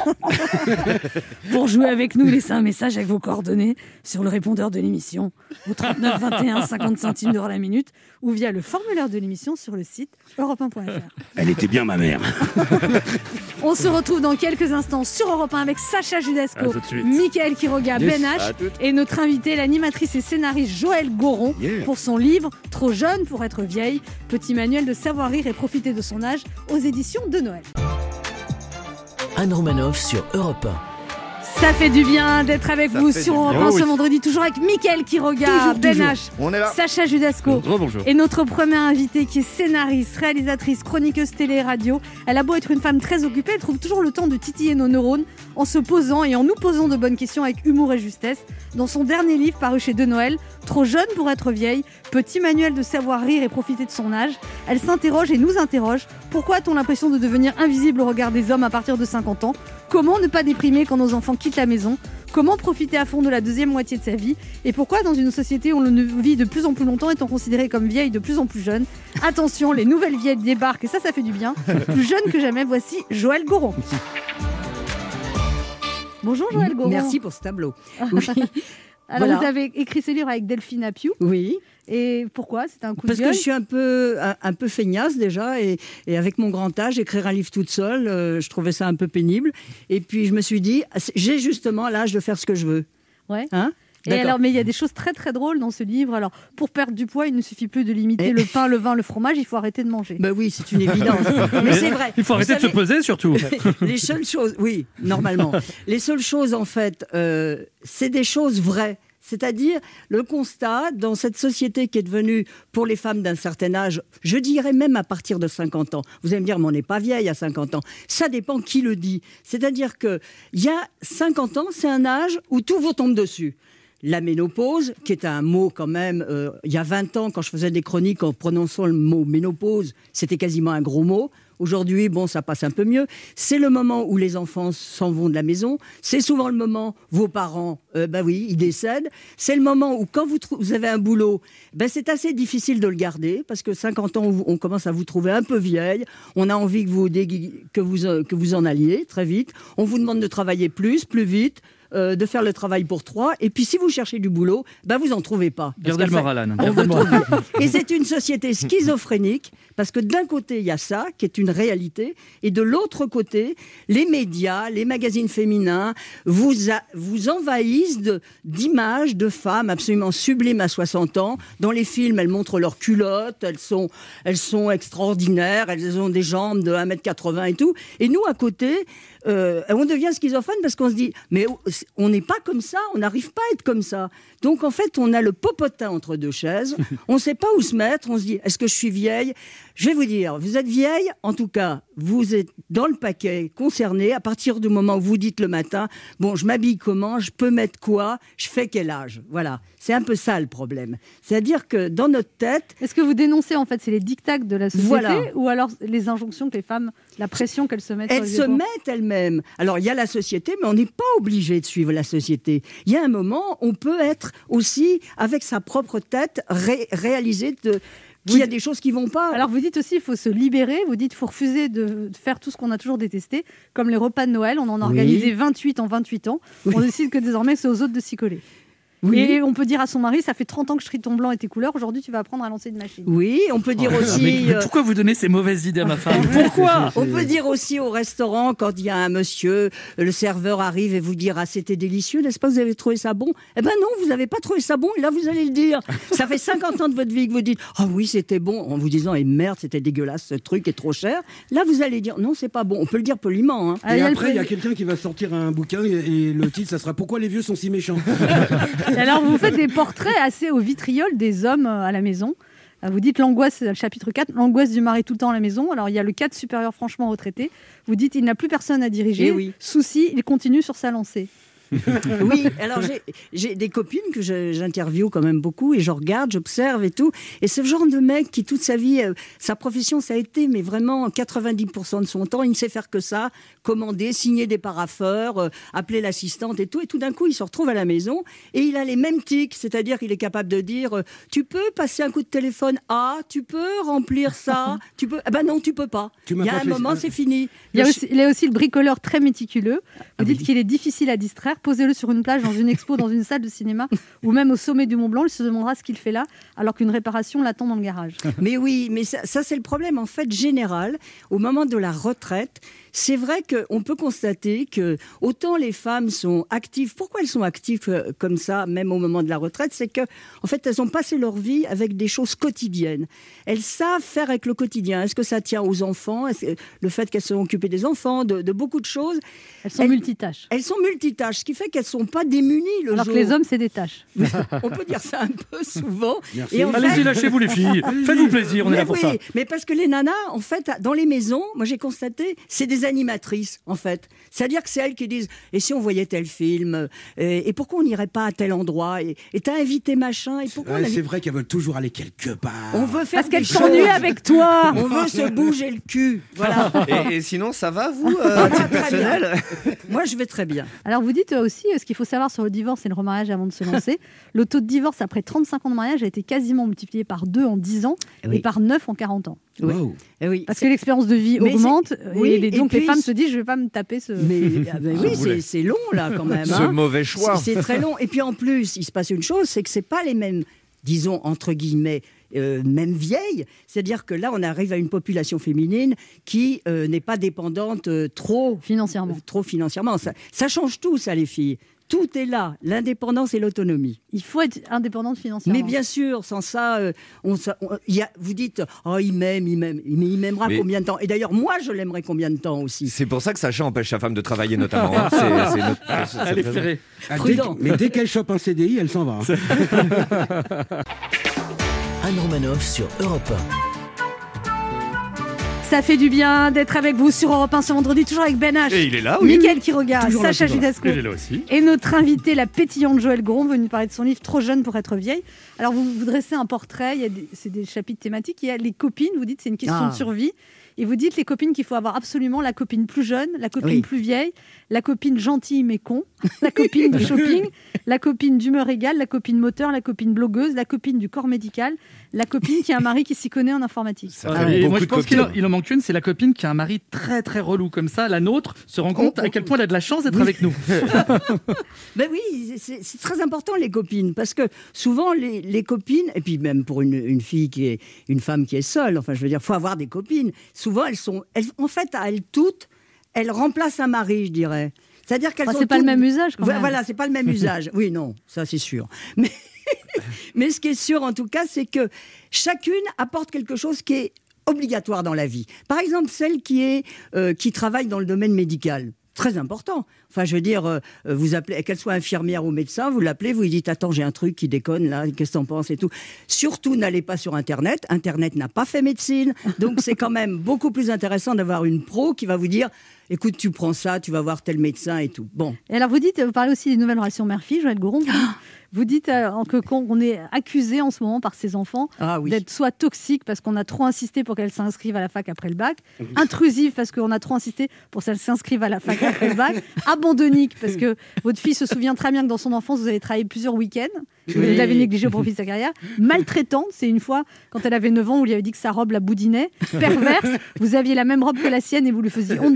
Pour jouer avec nous, laissez un message avec vos coordonnées sur le répondeur de l'émission au trente-neuf vingt et un, cinquante centimes d'euros la minute ou via le formulaire de l'émission sur le site europe un point f r. Elle était bien ma mère. On se retrouve dans quelques instants sur Europe un avec Sacha Judasco, À tout de suite. Mickaël Quiroga, Yes. Ben À H toutes. et notre invité, l'animatrice et scénariste Joëlle Goron Yeah. pour son livre Trop jeune pour être vieille, petit manuel de savoir-rire et profiter de son âge aux éditions de Noël. Anne Romanoff sur Europe un. Ça fait du bien d'être avec Ça vous fait sur du Europe bien. un Oh oui. ce vendredi, toujours avec Mickaël Quiroga, Toujours, Ben toujours. H, On est là. Sacha Judasco. Rebonjour. Et notre première invitée qui est scénariste, réalisatrice, chroniqueuse télé, radio. Elle a beau être une femme très occupée, elle trouve toujours le temps de titiller nos neurones en se posant et en nous posant de bonnes questions avec humour et justesse. Dans son dernier livre paru chez De Noël, Trop jeune pour être vieille, petit manuel de savoir rire et profiter de son âge, elle s'interroge et nous interroge. Pourquoi a-t-on l'impression de devenir invisible au regard des hommes à partir de cinquante ans? Comment ne pas déprimer quand nos enfants quittent la maison? Comment profiter à fond de la deuxième moitié de sa vie? Et pourquoi, dans une société où on vit de plus en plus longtemps, est-on considéré comme vieille de plus en plus jeune? Attention, les nouvelles vieilles débarquent et ça, ça fait du bien. Plus jeune que jamais, voici Joëlle Goron. Bonjour Joëlle Goron. Merci pour ce tableau. Oui. Alors, Voilà. vous avez écrit ce livre avec Delphine Appiou. Oui. Et pourquoi? C'est un coup Parce de que gueule? je suis un peu, un, un peu feignasse déjà, et, et avec mon grand âge, écrire un livre toute seule, euh, je trouvais ça un peu pénible. Et puis je me suis dit, j'ai justement l'âge de faire ce que je veux. Ouais. Hein? Et D'accord. alors, mais il y a des choses très très drôles dans ce livre. Alors, pour perdre du poids, il ne suffit plus de limiter Et- le pain, le vin, le fromage. Il faut arrêter de manger. Ben oui, c'est une évidence. Mais c'est vrai. Il faut Vous arrêter de se savez, peser surtout. Les seules choses, oui, normalement. Les seules choses, en fait, euh, c'est des choses vraies. C'est-à-dire le constat dans cette société qui est devenue, pour les femmes d'un certain âge, je dirais même à partir de cinquante ans. Vous allez me dire, mais on n'est pas vieille à cinquante ans. Ça dépend qui le dit. C'est-à-dire qu'il y a cinquante ans, c'est un âge où tout vous tombe dessus. La ménopause, qui est un mot quand même, euh, il y a vingt ans, quand je faisais des chroniques en prononçant le mot ménopause, c'était quasiment un gros mot. Aujourd'hui, bon, ça passe un peu mieux. C'est le moment où les enfants s'en vont de la maison. C'est souvent le moment où vos parents, euh, bah oui, ils décèdent. C'est le moment où, quand vous, trou- vous avez un boulot, ben c'est assez difficile de le garder parce que cinquante ans, on commence à vous trouver un peu vieille. On a envie que vous, dégui- que vous, euh, que vous en alliez très vite. On vous demande de travailler plus, plus vite. Euh, de faire le travail pour trois, et puis si vous cherchez du boulot, ben vous en trouvez pas. Parce Gardez le qu'à moral, Anne. on Gardez veut le moral. trouver. Et c'est une société schizophrénique, parce que d'un côté, il y a ça, qui est une réalité, et de l'autre côté, les médias, les magazines féminins, vous, a- vous envahissent de- d'images de femmes absolument sublimes à soixante ans. Dans les films, elles montrent leurs culottes, elles sont, elles sont extraordinaires, elles ont des jambes de un mètre quatre-vingts et tout. Et nous, à côté, euh, on devient schizophrène parce qu'on se dit, mais on n'est pas comme ça, on n'arrive pas à être comme ça. Donc en fait, on a le popotin entre deux chaises, on ne sait pas où se mettre, on se dit, est-ce que je suis vieille? Je vais vous dire, vous êtes vieille, en tout cas, vous êtes dans le paquet concerné à partir du moment où vous dites le matin, bon, je m'habille comment, je peux mettre quoi, je fais quel âge? Voilà, c'est un peu ça le problème. C'est-à-dire que dans notre tête... Est-ce que vous dénoncez, en fait, c'est les dictats de la société Voilà. ou alors les injonctions que les femmes, la pression qu'elles se mettent sur Elles les se épaules? mettent elles-mêmes. Alors, il y a la société, mais on n'est pas obligé de suivre la société. Il y a un moment, on peut être aussi, avec sa propre tête, ré- réaliser de... qu'il y a des choses qui vont pas. Alors vous dites aussi il faut se libérer, vous dites il faut refuser de faire tout ce qu'on a toujours détesté, comme les repas de Noël, on en a Oui. organisé vingt-huit en vingt-huit ans, Oui. on décide que désormais c'est aux autres de s'y coller. Oui. Et on peut dire à son mari, ça fait trente ans que je trie ton blanc et tes couleurs, aujourd'hui tu vas apprendre à lancer une machine. Oui, on peut dire Oh, aussi... mais, mais euh, pourquoi vous donnez ces mauvaises idées à ma femme? Pourquoi? On peut dire aussi au restaurant, quand il y a un monsieur, le serveur arrive et vous dire « Ah, c'était délicieux, n'est-ce pas, vous avez trouvé ça bon ?» Eh ben non, vous n'avez pas trouvé ça bon, et là vous allez le dire. Ça fait cinquante ans de votre vie que vous dites « Ah oui, c'était bon », en vous disant « Et merde, c'était dégueulasse, ce truc est trop cher ». Là, vous allez dire « Non, c'est pas bon ». On peut le dire poliment. Hein. Et Ah, après, il y a le- quelqu'un qui va sortir un bouquin et, et le titre, ça sera « Pourquoi les vieux sont si méchants ?» Et alors vous faites des portraits assez au vitriol des hommes euh, à la maison. Euh, Vous dites l'angoisse, c'est le chapitre quatre, l'angoisse du mari tout le temps à la maison. Alors il y a le cadre supérieur franchement retraité. Vous dites il n'a plus personne à diriger. Eh oui. Souci, il continue sur sa lancée. Oui, alors j'ai- j'ai des copines que je- j'interviewe quand même beaucoup et je regarde, j'observe et tout. Et ce genre de mec qui toute sa vie, euh, sa profession ça a été, mais vraiment quatre-vingt-dix pour cent de son temps, il ne sait faire que ça, commander, signer des parapheurs, euh, appeler l'assistante et tout. Et tout d'un coup, il se retrouve à la maison et il a les mêmes tics, c'est-à-dire qu'il est capable de dire euh, tu peux passer un coup de téléphone à, tu peux remplir ça, tu peux. Ah ben non, tu peux pas. Tu Il m'as y a pas un fait moment, ça. c'est fini. Il y, a Le aussi, il y a aussi le bricoleur très méticuleux. Vous dites oui. qu'il est difficile à distraire. Posez-le sur une plage, dans une expo, dans une salle de cinéma ou même au sommet du Mont Blanc. Il se demandera ce qu'il fait là alors qu'une réparation l'attend dans le garage. Mais oui, mais ça, ça, c'est le problème en fait général. Au moment de la retraite, c'est vrai qu'on peut constater que autant les femmes sont actives. Pourquoi elles sont actives euh, comme ça, même au moment de la retraite? C'est que en fait, elles ont passé leur vie avec des choses quotidiennes. Elles savent faire avec le quotidien. Est-ce que ça tient aux enfants? Est-ce que le fait qu'elles sont occupées des enfants, de, de beaucoup de choses. Elles sont Elles- multitâches. Elles sont multitâches, ce qui fait qu'elles sont pas démunies le Alors jour. que les hommes, c'est des tâches. On peut dire ça un peu souvent. Merci. Et en Allez-y, fait- lâchez-vous les filles. Faites-vous plaisir, on est mais là pour oui, ça. mais parce que les nanas, en fait, dans les maisons, moi j'ai constaté, c'est des animatrices, en fait. C'est-à-dire que c'est elles qui disent, et si on voyait tel film, euh, et pourquoi on n'irait pas à tel endroit, et et t'as invité machin, et pourquoi Ouais, on, a- c'est vrai qu'elles veulent toujours aller quelque part. on veut faire Parce qu'elles des s'ennuient choses. avec toi. On veut se bouger le cul, voilà. Et, et sinon, ça va, vous, euh, à titre Très bien. personnel? Moi je vais très bien. Alors vous dites euh, aussi, euh, ce qu'il faut savoir sur le divorce et le remariage avant de se lancer, le taux de divorce après trente-cinq ans de mariage a été quasiment multiplié par deux en dix ans Oui. et par neuf en quarante ans. Oui. Wow. Eh oui, Parce c'est- que l'expérience de vie Mais augmente c'est- euh, oui, et, les- et donc les puis- femmes se disent je vais pas me taper ce... Mais ah ben oui, vous voulez. c'est c'est long là quand même. Ce hein. mauvais choix. C'est c'est très long. Et puis en plus, il se passe une chose, c'est que c'est pas les mêmes, disons entre guillemets, euh, même vieilles. C'est-à-dire que là, on arrive à une population féminine qui euh, n'est pas dépendante euh, trop Financièrement. euh, trop financièrement. Ça, ça change tout, ça, les filles. Tout est là, l'indépendance et l'autonomie. Il faut être indépendante financièrement. Mais bien sûr, sans ça, euh, on, ça- on- il y a, vous dites, oh, il m'aime, il m'aime. Mais il m'aimera Mais- combien de temps? Et d'ailleurs, moi, je l'aimerais combien de temps aussi? C'est pour ça que Sacha empêche sa femme de travailler, notamment. hein. C'est- c'est notre- c'est cette Elle est raison. ferrée. Ah, dès Prudent. que- mais dès qu'elle chope un C D I, elle s'en va. hein. Anne Romanoff sur Europe un. Ça fait du bien d'être avec vous sur Europe un ce vendredi, toujours avec Ben H. Et il est là, oui. Mickaël qui regarde, Toujours là, Sacha toujours là. Judasco. Il est là aussi. Et notre invité, la pétillante Joëlle Gron, venue parler de son livre Trop jeune pour être vieille. Alors, vous vous dressez un portrait, il y a des- c'est des chapitres thématiques. Il y a les copines, vous dites c'est une question Ah. de survie. Et vous dites les copines qu'il faut avoir absolument la copine plus jeune, la copine Oui. plus vieille, la copine gentille mais con, la copine du shopping, la copine d'humeur égale, la copine moteur, la copine blogueuse, la copine du corps médical, la copine qui a un mari qui s'y connaît en informatique. Ça Ah, fait et beaucoup moi, je de pense qu'il en, copines. il en manque une, c'est la copine qui a un mari très très relou comme ça. La nôtre se rend compte Oh, oh. à quel point elle a de la chance d'être avec nous. Ben oui, c'est c'est très important les copines, parce que souvent les, les copines, et puis même pour une, une fille qui est une femme qui est seule, enfin je veux dire, faut avoir des copines. Souvent elles sont, elles, en fait, à elles toutes, elles remplacent un mari, je dirais. C'est-à-dire qu'elles Enfin, sont c'est pas le toutes- même usage quand Vo- même. Voilà, c'est pas le même usage. Oui, non, ça c'est sûr. Mais, mais ce qui est sûr en tout cas, c'est que chacune apporte quelque chose qui est obligatoire dans la vie. Par exemple, celle qui est euh, qui travaille dans le domaine médical. Très important. Enfin, je veux dire, euh, vous appelez, qu'elle soit infirmière ou médecin, vous l'appelez, vous lui dites, attends, j'ai un truc qui déconne là, qu'est-ce que t'en penses et tout. Surtout, n'allez pas sur Internet. Internet n'a pas fait médecine, donc c'est quand même beaucoup plus intéressant d'avoir une pro qui va vous dire, écoute, tu prends ça, tu vas voir tel médecin et tout. Bon. Et alors, vous dites, vous parlez aussi des nouvelles relations mère-fille, Joëlle Gron. Vous dites, vous dites euh, que quand on est accusé en ce moment par ses enfants Ah oui. d'être soit toxique parce qu'on a trop insisté pour qu'elles s'inscrivent à la fac après le bac, intrusive parce qu'on a trop insisté pour qu'elles s'inscrivent à la fac après le bac, abandonnique parce que votre fille se souvient très bien que dans son enfance, vous avez travaillé plusieurs week-ends, vous Oui. l'avez négligé au profit de sa carrière, maltraitante, c'est une fois, quand elle avait neuf ans, vous lui avez dit que sa robe la boudinait, perverse, vous aviez la même robe que la sienne et vous lui faisiez honte devant ses copines.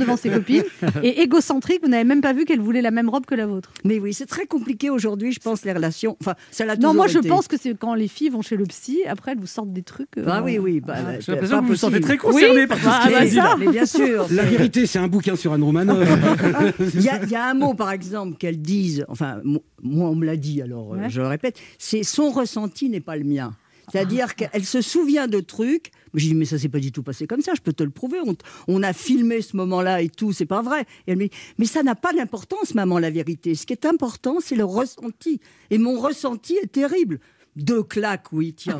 copine. Et égocentrique, vous n'avez même pas vu qu'elle voulait la même robe que la vôtre. Mais oui, c'est très compliqué aujourd'hui, je pense, les relations. Enfin, ça l'a Non, toujours moi je été. pense que c'est quand les filles vont chez le psy, après elles vous sortent des trucs. euh, Ah oui, oui. Bah, Ah, bah, J'ai l'impression pas que vous vous sentez possible. très concerné Oui, par tout bah, ce qui bah, est dit. ça. Mais bien sûr. La c'est- vérité, c'est un bouquin sur Anne Romanoff. Il y, a- il y a un mot, par exemple, qu'elle dise, enfin, mo- moi, on me l'a dit, alors euh, Ouais. je le répète, c'est son ressenti n'est pas le mien. C'est-à-dire qu'elle se souvient de trucs. Je dis, mais ça s'est pas du tout passé comme ça, je peux te le prouver. On, t- on a filmé ce moment-là et tout, c'est pas vrai. Et elle me dit, mais ça n'a pas d'importance, maman, la vérité. Ce qui est important, c'est le ressenti. Et mon ressenti est terrible. Deux claques, oui, tiens.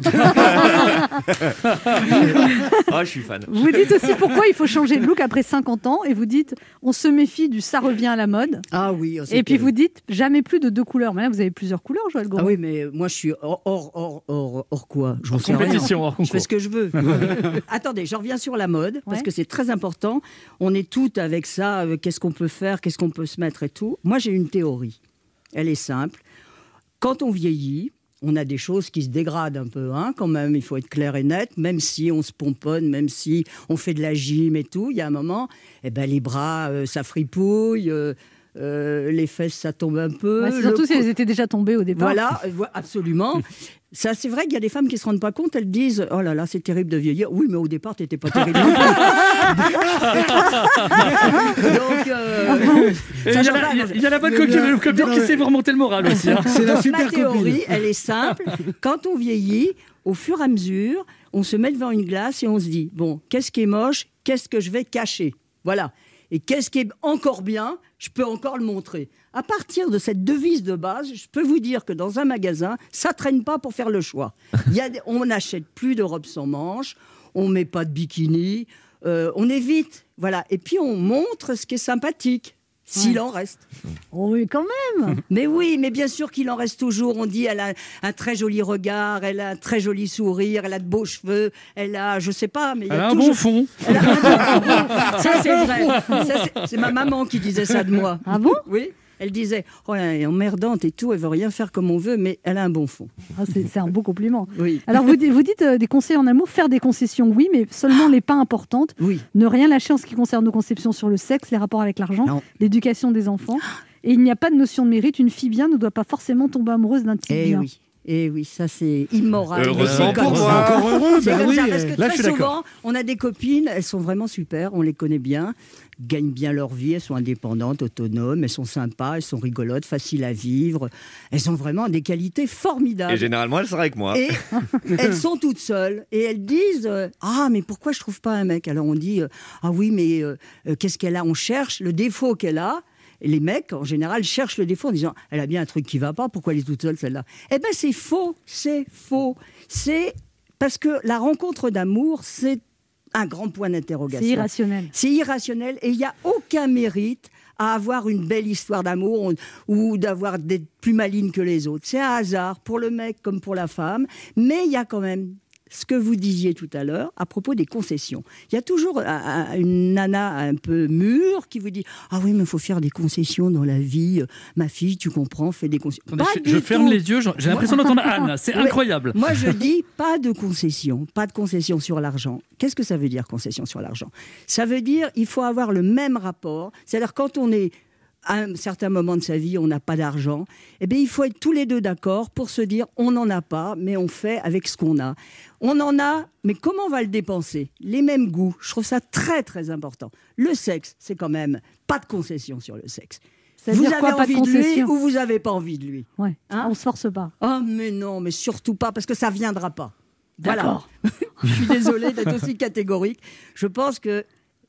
Oh, je suis fan. Vous dites aussi pourquoi il faut changer de look après cinquante ans et vous dites on se méfie du ça revient à la mode. Ah oui. oh, c'est Et puis terrible. vous dites jamais plus de deux couleurs. Mais là vous avez plusieurs couleurs, Joël Gros. Ah oui, mais moi je suis hors, hors, hors, hors, hors quoi J'en Hors sais rien. compétition, hors Je concours. fais ce que je veux. Attendez, je reviens sur la mode, parce Ouais. que c'est très important. On est toutes avec ça, euh, qu'est-ce qu'on peut faire, qu'est-ce qu'on peut se mettre et tout. Moi j'ai une théorie. Elle est simple. Quand on vieillit, on a des choses qui se dégradent un peu, hein, quand même, il faut être clair et net, même si on se pomponne, même si on fait de la gym et tout, il y a un moment, eh ben, les bras, euh, ça fripouille, euh, euh, les fesses, ça tombe un peu. Ouais, c'est le surtout si cou- elles étaient déjà tombées au départ. Voilà, euh, vo- absolument. Ça, c'est vrai qu'il y a des femmes qui se rendent pas compte, elles disent oh là là, c'est terrible de vieillir. Oui, mais au départ, t'étais pas terrible. non plus. Donc, euh, Et Il y, a sachant la- pas- il y a- il y a la bonne Mais copine non, copine non, qui mais- sait vous remonter le moral aussi. hein. C'est la super ma théorie, copine. elle est simple. Quand on vieillit, au fur et à mesure, on se met devant une glace et on se dit bon, qu'est-ce qui est moche, qu'est-ce que je vais cacher, voilà. Et qu'est-ce qui est encore bien, je peux encore le montrer. À partir de cette devise de base, je peux vous dire que dans un magasin, ça traîne pas pour faire le choix. Il y a des- on n'achète plus de robes sans manches, on met pas de bikini, euh, on évite, voilà. Et puis on montre ce qui est sympathique. S'il Ouais. en reste. Oh oui, quand même. Mais oui, mais bien sûr qu'il en reste toujours. On dit elle a un très joli regard, elle a un très joli sourire, elle a de beaux cheveux, elle a, je sais pas, mais il y Elle a a un toujours... bon fond. Elle a un bon fond. Ça c'est vrai. Ça, c'est- c'est ma maman qui disait ça de moi. Ah bon? Oui. Elle disait, oh, elle est emmerdante et tout, elle veut rien faire comme on veut, mais elle a un bon fond. Ah, c'est c'est un beau compliment. Oui. Alors vous, dites- vous dites euh, des conseils en amour, faire des concessions, oui, mais seulement les pas importantes. Oui. Ne rien lâcher en ce qui concerne nos conceptions sur le sexe, les rapports avec l'argent, Non. l'éducation des enfants. Et il n'y a pas de notion de mérite. Une fille bien ne doit pas forcément tomber amoureuse d'un type Eh bien. oui. Et oui, ça c'est immoral. Heureusement Mais c'est comme pour ça. moi. Encore heureux, C'est bah comme oui. ça, parce que là, très je suis d'accord. souvent, on a des copines, elles sont vraiment super, on les connaît bien, gagnent bien leur vie, elles sont indépendantes, autonomes, elles sont sympas, elles sont rigolotes, faciles à vivre, elles ont vraiment des qualités formidables. Et généralement, elle sera avec moi. Et elles sont toutes seules et elles disent euh, ah mais pourquoi je trouve pas un mec. Alors on dit euh, ah oui mais euh, euh, qu'est-ce qu'elle a, on cherche le défaut qu'elle a. Et les mecs, en général, cherchent le défaut en disant elle a bien un truc qui va pas, pourquoi elle est toute seule celle-là? Eh ben c'est faux, c'est faux. C'est parce que la rencontre d'amour, c'est un grand point d'interrogation. C'est irrationnel. C'est irrationnel et il n'y a aucun mérite à avoir une belle histoire d'amour ou- ou d'avoir d'être plus maligne que les autres. C'est un hasard pour le mec comme pour la femme, mais il y a quand même ce que vous disiez tout à l'heure à propos des concessions. Il y a toujours un- un- une nana un peu mûre qui vous dit « Ah oui, mais il faut faire des concessions dans la vie. Ma fille, tu comprends, fais des concessions. » Attendez, Pas je, je du ferme tout. les yeux, j'en- j'ai l'impression d'entendre Anne. C'est Ouais. incroyable. Moi, je dis pas de concession, pas de concession sur l'argent. Qu'est-ce que ça veut dire, concession sur l'argent? Ça veut dire il faut avoir le même rapport. C'est-à-dire, quand on est à un certain moment de sa vie, on n'a pas d'argent, eh bien, il faut être tous les deux d'accord pour se dire on n'en a pas, mais on fait avec ce qu'on a. On en a, mais comment on va le dépenser? Les mêmes goûts. Je trouve ça très, très important. Le sexe, c'est quand même pas de concession sur le sexe. Ça veut Vous dire avez quoi, pas de envie de lui concession? ou vous n'avez pas envie de lui? Ouais. Hein? On se force pas. Oh, mais non, mais surtout pas, parce que ça viendra pas. Voilà. D'accord. Je suis désolée d'être aussi catégorique. Je pense que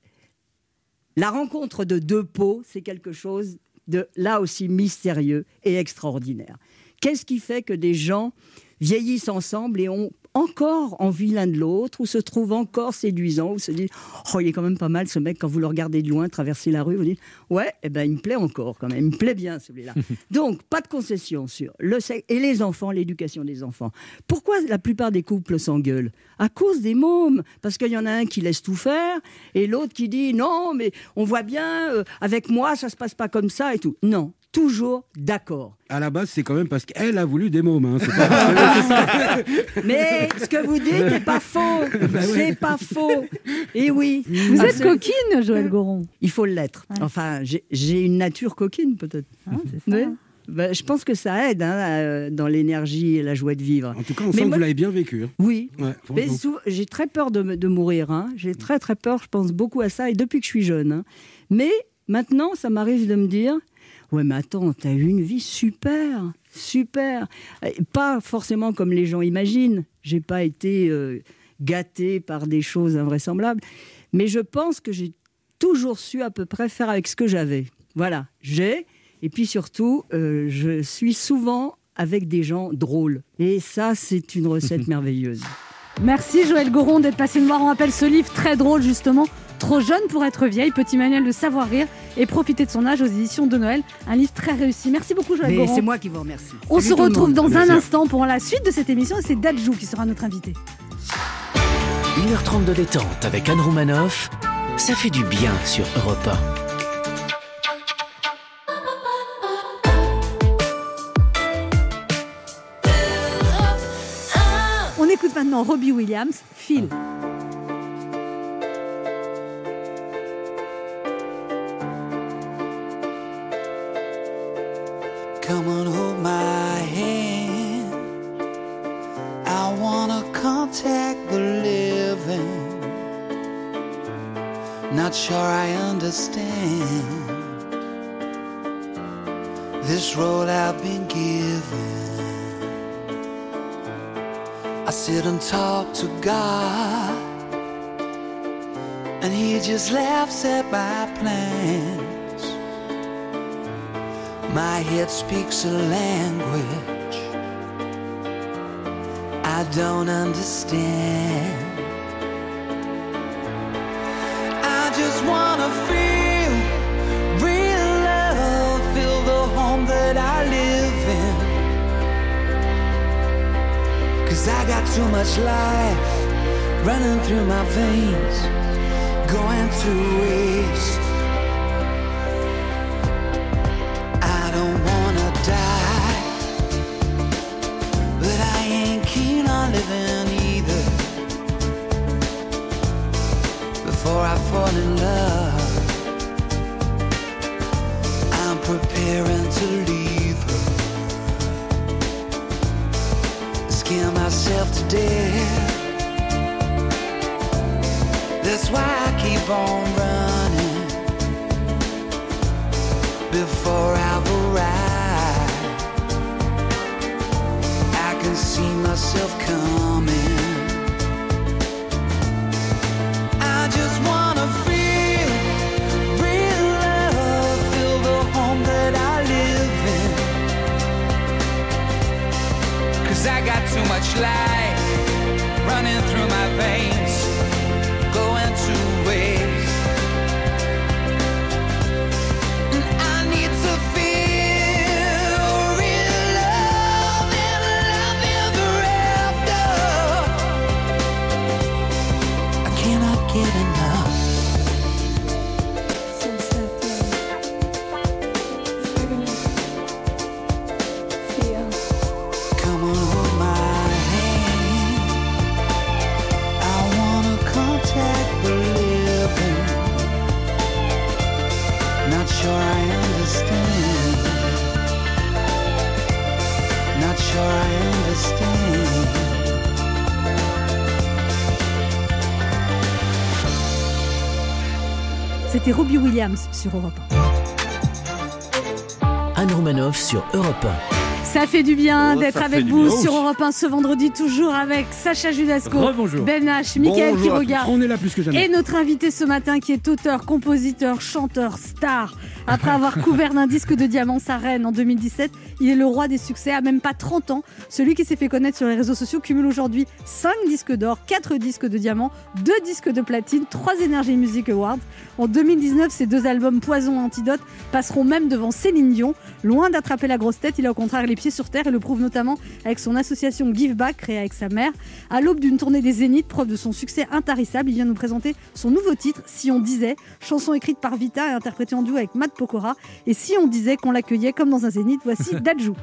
la rencontre de deux peaux, c'est quelque chose de là aussi mystérieux et extraordinaire. Qu'est-ce qui fait que des gens vieillissent ensemble et ont encore envie l'un de l'autre, ou se trouvent encore séduisants, ou se disent « Oh, il est quand même pas mal ce mec » quand vous le regardez de loin traverser la rue, vous dites « Ouais, eh ben, il me plaît encore quand même, il me plaît bien celui-là ». Donc, pas de concession sur le sexe et les enfants, l'éducation des enfants. Pourquoi la plupart des couples s'engueulent? À cause des mômes, parce qu'il y en a un qui laisse tout faire et l'autre qui dit « Non, mais on voit bien, euh, avec moi, ça se passe pas comme ça » et tout. Non. toujours d'accord. À la base, c'est quand même parce qu'elle a voulu des mômes. Hein. C'est pas... Mais ce que vous dites n'est pas faux. Bah ouais. C'est pas faux. Et oui. Vous Ah, êtes c'est- coquine, Joël Goron. Il faut l'être. Ouais. Enfin, j'ai, j'ai une nature coquine, peut-être. Hein, c'est ça. Ouais. Bah, je pense que ça aide hein, euh, dans l'énergie et la joie de vivre. En tout cas, on Mais sent que moi- vous l'avez bien vécu. Hein. Oui. Ouais, Mais franchement. sou- j'ai très peur de, me- de mourir. Hein. J'ai très très peur. Je pense beaucoup à ça et depuis que je suis jeune. Hein. Mais maintenant, ça m'arrive de me dire, ouais, mais attends, t'as eu une vie super, super. Euh, Pas forcément comme les gens imaginent. J'ai pas été euh, gâtée par des choses invraisemblables, mais je pense que j'ai toujours su à peu près faire avec ce que j'avais. Voilà, j'ai. Et puis surtout, euh, je suis souvent avec des gens drôles. Et ça, c'est une recette merveilleuse. Merci Joël Goron d'être passé nous voir. On rappelle ce livre très drôle justement, Trop jeune pour être vieille, petit manuel de savoir-rire et profiter de son âge aux éditions de Noël. Un livre très réussi. Merci beaucoup Joël Mais Goron. c'est moi qui vous remercie. On Salut se tout le retrouve monde. dans Merci. un instant pour la suite de cette émission et c'est Dadjou qui sera notre invité. une heure trente de détente avec Anne Roumanoff. Ça fait du bien sur Europe un. On écoute maintenant Robbie Williams, Phil. Come on, hold my hand. I wanna contact the living. Not sure I understand this road I've been given. I sit and talk to God, and He just laughs at my plans. My head speaks a language I don't understand. I just wanna feel real love, feel the home that I live in. 'Cause I got too much life running through my veins, going to waste. I don't wanna die, but I ain't keen on living either. Before I fall in love, I'm preparing to leave her. Scare myself to death. That's why I keep on running before I've arrived. I can see myself coming. I just wanna feel real love, feel the home that I live in. 'Cause I got too much life running through my veins, going to waste. And I need to feel real love and love ever after. I cannot get enough. Come on, hold my hand. I wanna contact the living. Not sure I understand. Not sure I understand. C'était Robbie Williams sur Europe un. Anne Roumanoff sur Europe un. Ça fait du bien Oh, d'être ça avec fait du vous bien. sur Europe un ce vendredi, toujours avec Sacha Judasco, Rebonjour. Ben H, Mickaël Bonjour à Quiroga. On est là plus que jamais. Et notre invité ce matin qui est auteur, compositeur, chanteur, star. Après avoir couvert d'un disque de diamant sa reine en deux mille dix-sept, il est le roi des succès à même pas trente ans. Celui qui s'est fait connaître sur les réseaux sociaux cumule aujourd'hui cinq disques d'or, quatre disques de diamant, deux disques de platine, trois Energy Music Awards. En deux mille dix-neuf, ses deux albums Poison et Antidote passeront même devant Céline Dion. Loin d'attraper la grosse tête, il a au contraire les les pieds sur terre et le prouve notamment avec son association Give Back créée avec sa mère. À l'aube d'une tournée des Zéniths, preuve de son succès intarissable, il vient nous présenter son nouveau titre, Si on disait, chanson écrite par Vita et interprétée en duo avec Matt Pokora. Et si on disait qu'on l'accueillait comme dans un Zénith, voici Dadju.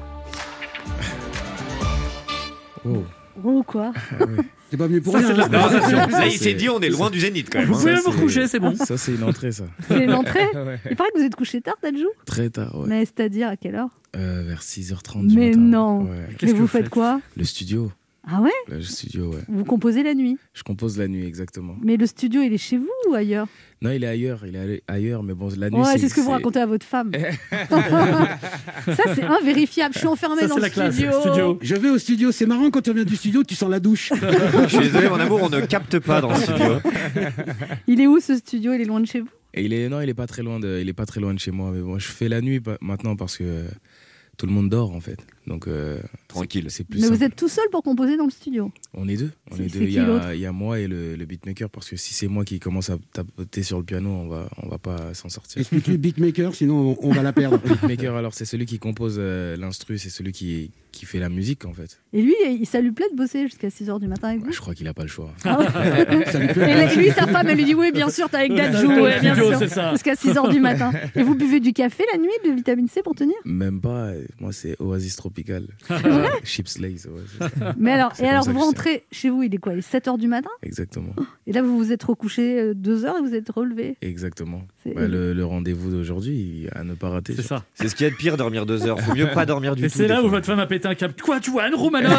Oh. Oh quoi ah ouais. T'es pas venu pour ça, rien. Là, hein. là, il s'est dit on est loin du Zénith quand même. Vous pouvez hein. me coucher, c'est bon. Ça, c'est une entrée, ça. C'est une entrée Ouais. Il paraît que vous êtes couché tard, Dadju. Très tard, ouais. Mais c'est-à-dire à quelle heure Euh, vers six heures trente du Mais matin. non. Ouais. Mais vous, vous faites quoi Le studio. Ah ouais Le studio, ouais. Vous composez la nuit. Je compose la nuit, exactement. Mais le studio, il est chez vous ou ailleurs? Non, il est ailleurs, il est allé ailleurs, mais bon, la nuit, Ouais, c'est... c'est ce que vous c'est- racontez à votre femme. Ça, c'est invérifiable. Je suis enfermée Ça, dans c'est le la classe, studio. studio. Je vais au studio, c'est marrant quand tu reviens du studio, tu sens la douche. Je suis désolé mon amour, on ne capte pas dans le studio. Il est où ce studio? Il est loin de chez vous? Et il est non, il est pas très loin de, il est pas très loin de chez moi. Mais bon, je fais la nuit pa- maintenant parce que euh, tout le monde dort en fait. Donc euh, tranquille. C'est, c'est plus Mais simple. vous êtes tout seul pour composer dans le studio? On est deux. On C'est- est c'est deux. qui Il y a, l'autre il y a moi et le, le beatmaker parce que si c'est moi qui commence à tapoter sur le piano, on va, on va pas s'en sortir. Explique-lui beatmaker, sinon on, on va la perdre. Beatmaker, alors c'est celui qui compose euh, l'instru, c'est celui qui, qui fait la musique en fait. Et lui, il- ça lui plaît de bosser jusqu'à six heures du matin avec vous? Ouais, je crois qu'il a pas le choix. Ah ouais. Ça lui Et plaît. là, lui, sa femme, elle lui dit oui, bien sûr, t'es avec Dadju, ouais, bien Studio, sûr. c'est ça. Jusqu'à six heures du matin. Et vous buvez du café la nuit, de vitamine C pour tenir? Même pas. euh, Moi, c'est Oasis Tropical. Chips Lays, ouais, c'est ça. Mais alors, C'est et comme alors ça que vous je rentrez chez vous, il est quoi? Il est sept heures du matin? Exactement. Et là, vous vous êtes recouché euh, deux heures et vous êtes relevé. Exactement. C'est- Bah, le, le rendez-vous d'aujourd'hui, à ne pas rater. C'est surtout. ça. C'est ce qu'il y a de pire, dormir deux heures. Faut mieux pas dormir du Et tout. c'est là des où fois. votre femme a pété un câble. Quoi, tu vois, Anne Romanoff?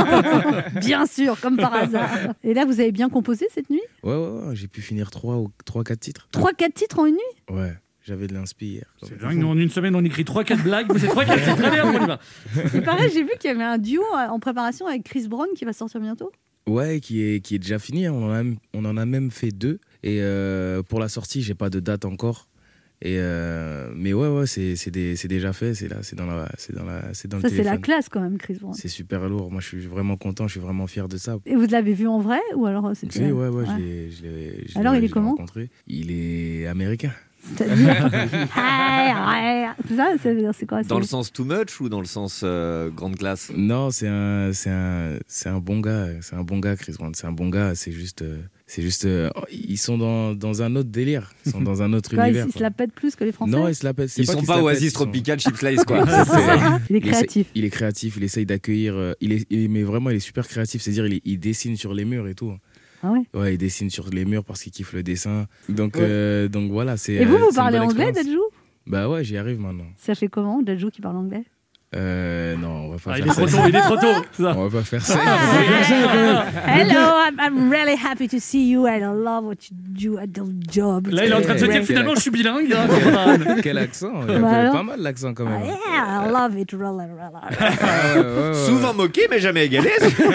Bien sûr, comme par hasard. Et là, vous avez bien composé cette nuit? Ouais, ouais, ouais, j'ai pu finir trois ou trois, quatre titres. Trois, quatre titres en une nuit? Ouais, j'avais de l'inspi hier. C'est dingue, nous, en une semaine, on écrit trois quatre blagues, mais c'est trois quatre titres. Allez, on y va. Il paraît, j'ai vu qu'il y avait un duo en préparation avec Chris Brown qui va sortir bientôt. Ouais, qui est, qui est déjà fini. hein. On en a, même- on en a même fait deux. Et euh, pour la sortie, j'ai pas de date encore. Et euh, mais ouais, ouais, c'est, c'est, des- c'est déjà fait. C'est là, c'est dans la, c'est dans la, c'est dans Ça, le c'est la téléphone. classe quand même, Chris Brown. C'est super lourd. Moi, je suis vraiment content. Je suis vraiment fier de ça. Et vous l'avez vu en vrai ou alors euh, c'était... Si, ouais, ouais, je l'ai, je l'ai, je l'ai- Alors, il est je l'ai comment rencontré. Il est américain. C'est-à-dire... Hey, hey, c'est ça, c'est, c'est quoi? Dans c'est- le sens too much ou dans le sens euh, grande classe? Non, c'est un, c'est un, c'est un bon gars. C'est un bon gars, Chris Brown. C'est un bon gars. C'est juste, euh, c'est juste. euh, ils sont dans, dans un autre délire. Ils sont dans un autre Quoi, ils, univers. ils se la pètent plus que les Français? Non, ils se la pètent. C'est Ils sont qu'ils pas se la Oasis pètent, ils sont- Tropical Chips Lays quoi. C'est ça. Il est Il essaie- créatif. Il est créatif. Il essaye d'accueillir. euh, il est, il- mais vraiment, il est super créatif. C'est-à-dire, il, est- il dessine sur les murs et tout. Ah ouais. Ouais, il dessine sur les murs parce qu'il kiffe le dessin. Donc, Ouais. euh, donc voilà. C'est. Et vous, euh, vous c'est une parlez bonne anglais, expérience. Dadju? Bah ouais, j'y arrive maintenant. Ça fait comment, Dadju qui parle anglais? Euh, non, on va pas Ah, il faire est trop ça. tôt, il est trop tôt. C'est ça. On va pas faire ça. Hello, I'm, I'm really happy to see you and I love what you do at the job. Là, il est en train de se dire Quel- finalement, je suis bilingue. hein. Quel, quel accent. Il y a Bah alors. pas mal l'accent quand même. Yeah, I love it, really, really. Ah, ouais, ouais, ouais. Souvent moqué mais jamais égalé.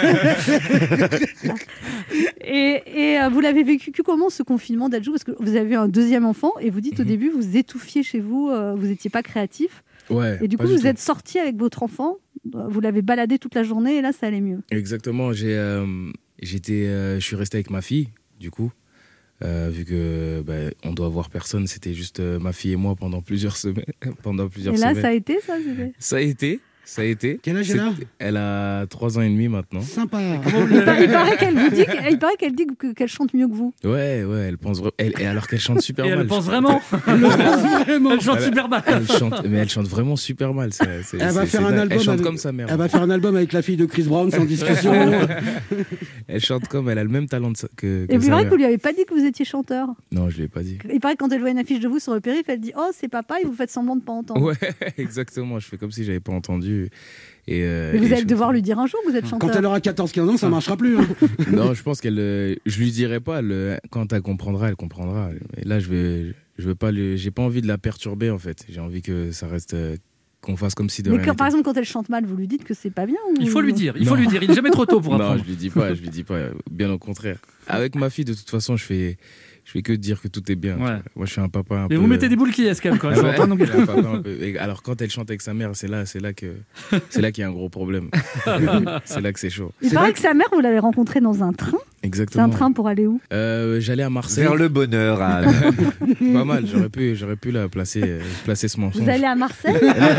Et, et euh, vous l'avez vécu que comment ce confinement, Dadju? Parce que vous avez un deuxième enfant et vous dites au Mhm. début vous étouffiez chez vous, euh, vous n'étiez pas créatif. Ouais, Et du pas coup, vous tout. êtes sorti avec votre enfant, euh, vous l'avez baladé toute la journée et là, ça allait mieux. Exactement. J'ai, euh, j'étais, euh, je suis resté avec ma fille, du coup, euh, vu que bah, on doit voir personne. C'était juste euh, ma fille et moi pendant plusieurs semaines. pendant plusieurs Et là, semaines. ça a été ça c'était- Ça a été. Ça a été. Quel âge elle a? C'était- Elle a trois ans et demi maintenant. Sympa. il, par- il paraît qu'elle vous dit, que- il paraît qu'elle dit que- qu'elle chante mieux que vous. Ouais, ouais, elle pense vra- elle, et alors qu'elle chante super Et mal. elle pense vraiment. Vraiment. Elle chante Elle- super mal. Elle chante, mais elle chante vraiment super mal. c'est- c'est- Elle va c'est- faire c'est un dingue. album Elle chante avec- comme sa mère. Elle va faire un album avec la fille de Chris Brown sans discussion. Elle chante comme elle a le même talent de sa- que, que Et il sa paraît mère. que vous lui avez pas dit que vous étiez chanteur. Non, je l'ai pas dit. Il paraît que quand elle voit une affiche de vous sur le périph', elle dit oh c'est papa et vous faites semblant de pas entendre. Ouais, exactement. Je fais comme si j'avais pas entendu. Et, euh, Mais vous et allez je- devoir lui dire un jour que vous êtes chanteur. Quand elle aura quatorze quinze ans, ça marchera plus. hein. Non, je pense qu'elle. euh, Je lui dirai pas. le- Quand elle comprendra, elle comprendra. Et là, je vais. Je veux pas. le- J'ai pas envie de la perturber en fait. J'ai envie que ça reste. euh, Qu'on fasse comme si de Mais rien quand- par n'était. exemple, quand elle chante mal, vous lui dites que c'est pas bien ou... Il faut lui dire, il faut Non. lui dire. Il est jamais trop tôt pour Non, apprendre. je lui dis pas. Je lui dis pas. Bien au contraire. Avec ma fille, de toute façon, je fais. Je fais que dire que tout est bien. tu Ouais. vois. Moi, je suis un papa un Et peu. vous mettez des boules qui est quand même. Quand même. Ah Je vois ouais, pas non plus. je suis un papa un peu. Et alors quand elle chante avec sa mère, c'est là, c'est là que, c'est là qu'il y a un gros problème. C'est là que c'est chaud. Il paraît que sa mère, vous l'avez rencontrée dans un train. C'est Exactement. un train pour aller où? Euh, J'allais à Marseille. Vers le bonheur, Anne. Pas mal, j'aurais pu, j'aurais pu la placer, euh, placer ce mensonge. Vous allez à Marseille?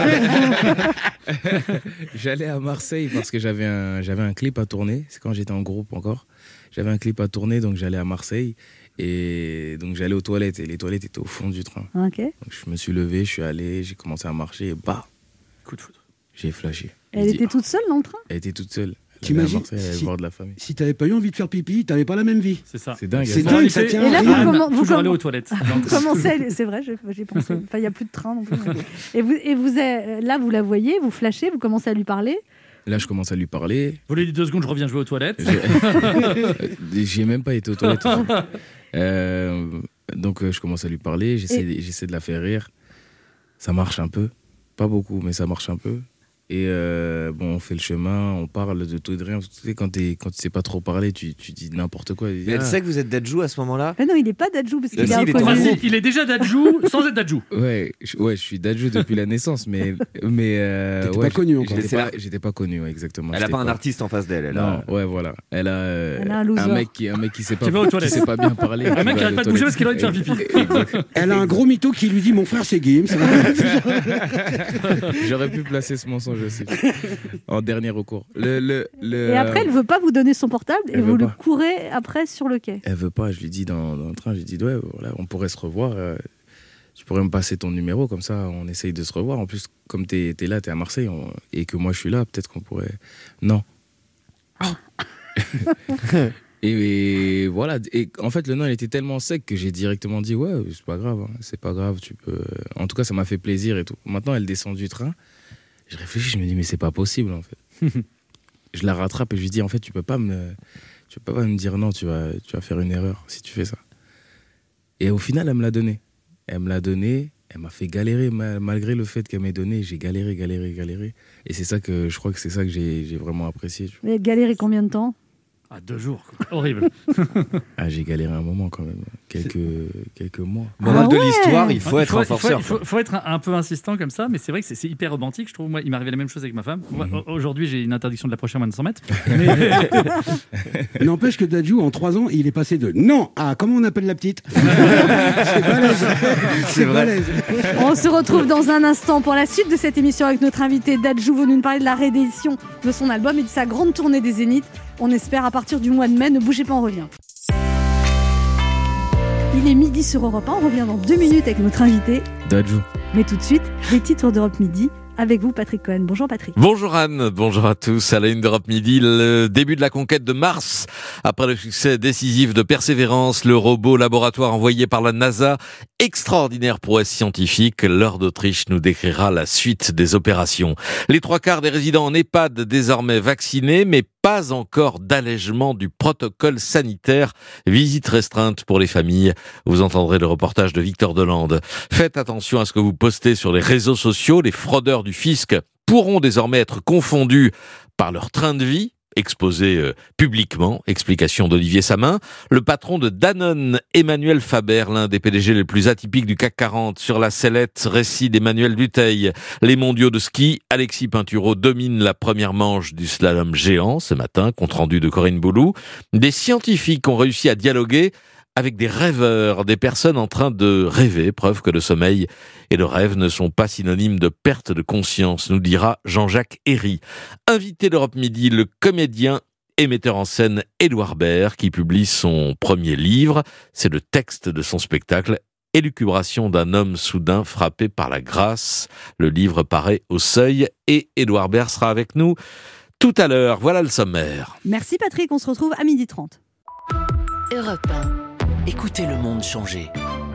J'allais à Marseille parce que j'avais un, j'avais un clip à tourner. C'est quand j'étais en groupe encore. J'avais un clip à tourner, donc j'allais à Marseille. Et donc j'allais aux toilettes. Et les toilettes étaient au fond du train. Ok. Donc je me suis levé, je suis allé, j'ai commencé à marcher et bah, coup de foudre. J'ai flashé. Elle J'ai était dit, toute seule dans le train? Elle était toute seule. T'imagines Elle allait si, voir de la famille. si t'avais pas eu envie de faire pipi, t'avais pas la même vie. C'est ça. C'est dingue. C'est ça. dingue, ça tient. Et là, vous, Anne, comment, vous, toujours comment- aller aux toilettes. vous commencez, à- c'est vrai, j'ai j'ai pensé. Enfin, il n'y a plus de train non plus. Et, vous, et vous, êtes- là, vous la voyez, vous flashez, vous commencez à lui parler. Là, je commence à lui parler. Vous lui dites deux secondes, je reviens jouer aux toilettes. J'ai- J'y ai même pas été aux toilettes. Euh, donc, euh, je commence à lui parler. J'essaie Et- j'essaie de la faire rire. Ça marche un peu. Pas beaucoup, mais ça marche un peu. Et euh, bon, on fait le chemin, on parle de tout et de rien. Tu sais, quand, t'es- quand tu sais pas trop parler, tu, tu dis n'importe quoi. Tu dis, Mais elle ah. sait que vous êtes Dadjou à ce moment-là? Mais non, il n'est pas Dadjou parce qu'il Si, est il est inconnu. en Enfin, si, il est déjà Dadjou sans être Dadjou. Ouais, je, ouais, je suis Dadjou depuis la naissance, mais. mais euh, T'étais ouais, pas connu encore. J'étais pas, j'étais pas connu, ouais, exactement. Elle a J'étais pas un artiste en face d'elle. Elle a... Non, ouais, voilà. Elle a, euh, Elle a un loser. mec qui, un mec qui sait pas, Qui va aux toilettes. sait pas bien parler. Un qui mec va qui aller arrête aux pas de bouger parce toilettes. qu'il a envie de faire pipi. Elle a un gros mytho qui lui dit mon frère c'est Guillaume. J'aurais pu placer ce mensonge aussi. En dernier recours. Le, le, le, Et après, elle ne veut pas vous donner son portable et Elle vous veut le pas. courez après sur le quai. Elle veut pas, je lui dis dans, dans le train, je lui dis ouais, voilà, on pourrait se revoir. euh, tu pourrais me passer ton numéro, comme ça on essaye de se revoir. En plus, comme t'es es là, t'es à Marseille on- et que moi je suis là, peut-être qu'on pourrait. Non. et, et voilà. Et en fait, le non, il était tellement sec que j'ai directement dit ouais, c'est pas grave, hein, c'est pas grave, tu peux. En tout cas, ça m'a fait plaisir et tout. Maintenant, elle descend du train. Je réfléchis, je me dis mais c'est pas possible en fait. Je la rattrape et je lui dis en fait tu peux pas me tu peux pas me dire non, tu vas tu vas faire une erreur si tu fais ça. Et au final elle me l'a donné. Elle me l'a donné, elle m'a fait galérer ma- malgré le fait qu'elle m'ait donné, j'ai galéré galéré galéré et c'est ça que je crois que c'est ça que j'ai j'ai vraiment apprécié. tu vois. Mais galéré combien de temps? Ah, deux jours, quoi. Horrible. Ah, j'ai galéré un moment quand même, quelques quelques mois. Moral Ah de ouais. l'histoire, il faut Il être faut, un il faut- forceur. il faut- faut être un, un peu insistant comme ça, mais c'est vrai que c'est c'est hyper romantique. Je trouve, moi, il m'est arrivé la même chose avec ma femme. Moi, Mhm. Aujourd'hui, j'ai une interdiction de l'approcher à moins de cent mètres. Mais- N'empêche que Dadjou, en trois ans, il est passé de non à comment on appelle la petite. C'est balèze. C'est vrai. balèze. On se retrouve dans un instant pour la suite de cette émission avec notre invité Dadjou, venu nous parler de la réédition de son album et de sa grande tournée des Zéniths. On espère à partir du mois de mai. Ne bougez pas, on revient. Il est midi sur Europe un. On revient dans deux minutes avec notre invité. Dadjou. Mais tout de suite, les titres d'Europe Midi avec vous, Patrick Cohen. Bonjour Patrick. Bonjour Anne, bonjour à tous. À la une d'Europe Midi, le début de la conquête de Mars. Après le succès décisif de Persévérance, le robot laboratoire envoyé par la NASA, extraordinaire prouesse scientifique, l'heure d'Autriche nous décrira la suite des opérations. Les trois quarts des résidents en EHPAD désormais vaccinés, mais pas encore d'allègement du protocole sanitaire. Visite restreinte pour les familles. Vous entendrez le reportage de Victor Delande. Faites attention à ce que vous postez sur les réseaux sociaux. Les fraudeurs du fisc pourront désormais être confondus par leur train de vie, exposé euh, publiquement. Explication d'Olivier Samin. Le patron de Danone, Emmanuel Faber, l'un des P D G les plus atypiques du C A C quarante, sur la sellette, récit d'Emmanuel Dutheil. Les mondiaux de ski, Alexis Pinturo domine la première manche du slalom géant ce matin, compte rendu de Corinne Boulou. Des scientifiques ont réussi à dialoguer avec des rêveurs, des personnes en train de rêver, preuve que le sommeil et le rêve ne sont pas synonymes de perte de conscience, nous dira Jean-Jacques Herry. Invité d'Europe Midi, le comédien et metteur en scène Édouard Baird, qui publie son premier livre. C'est le texte de son spectacle Élucubration d'un homme soudain frappé par la grâce. Le livre paraît au Seuil et Édouard Baird sera avec nous tout à l'heure. Voilà le sommaire. Merci Patrick, on se retrouve à midi trente. Europe un. Écoutez le monde changer.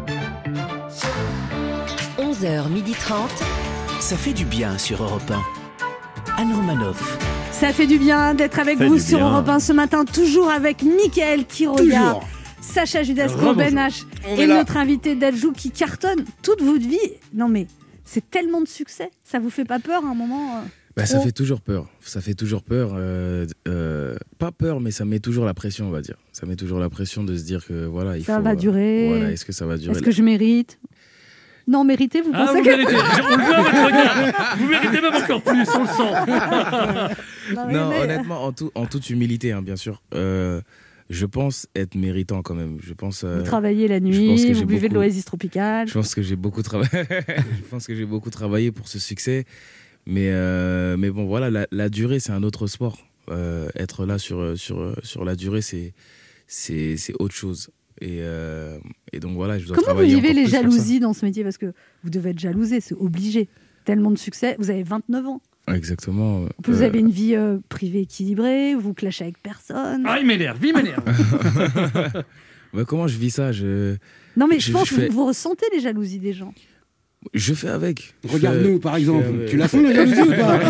onze heures trente. Ça fait du bien sur Europe un. Anne Romanoff. Ça fait du bien d'être avec Fait vous du sur bien. Europe un ce matin, toujours avec Mickaël qui regarde, Sacha Judasco, Rebonjour. Ben H On et est là. notre invité Dadjou qui cartonne toute votre vie. Non mais c'est tellement de succès, ça vous fait pas peur à un moment euh, Bah, ça trop fait toujours peur. Ça fait toujours peur. euh, euh, pas peur, mais ça met toujours la pression, on va dire. Ça met toujours la pression de se dire que voilà, il Ça faut. va euh, durer. Voilà, est-ce que ça va durer Est-ce que je mérite? Non, mérité, vous Ah, pensez vous que... méritez. On le voit à votre regard. Vous méritez même encore plus, on le sent. Non, mais- Non, mais- honnêtement, en, tout, en toute humilité, hein, bien sûr. Euh, je pense être méritant quand même. Je pense. Euh, vous travaillez la nuit, vous buvez beaucoup, de l'Oasis tropicale. Je pense que j'ai beaucoup travaillé. je pense que j'ai beaucoup travaillé pour ce succès. Mais, euh, mais bon, voilà, la, la durée, c'est un autre sport. Euh, être là sur, sur, sur la durée, c'est, c'est, c'est autre chose. Et, euh, et donc voilà, je dois Comment travailler. Comment vous vivez les jalousies dans ce métier? Parce que vous devez être jalousé, c'est obligé. Tellement de succès, vous avez vingt-neuf ans. Exactement. En plus, euh... vous avez une vie euh, privée équilibrée, vous clashez avec personne. Ah, il m'énerve, il m'énerve. bah, comment je vis ça je... Non, mais je, je pense je que fais... vous ressentez les jalousies des gens. Je fais avec. Regarde-nous, je... par exemple. Tu la sens, la jalousie ou pas?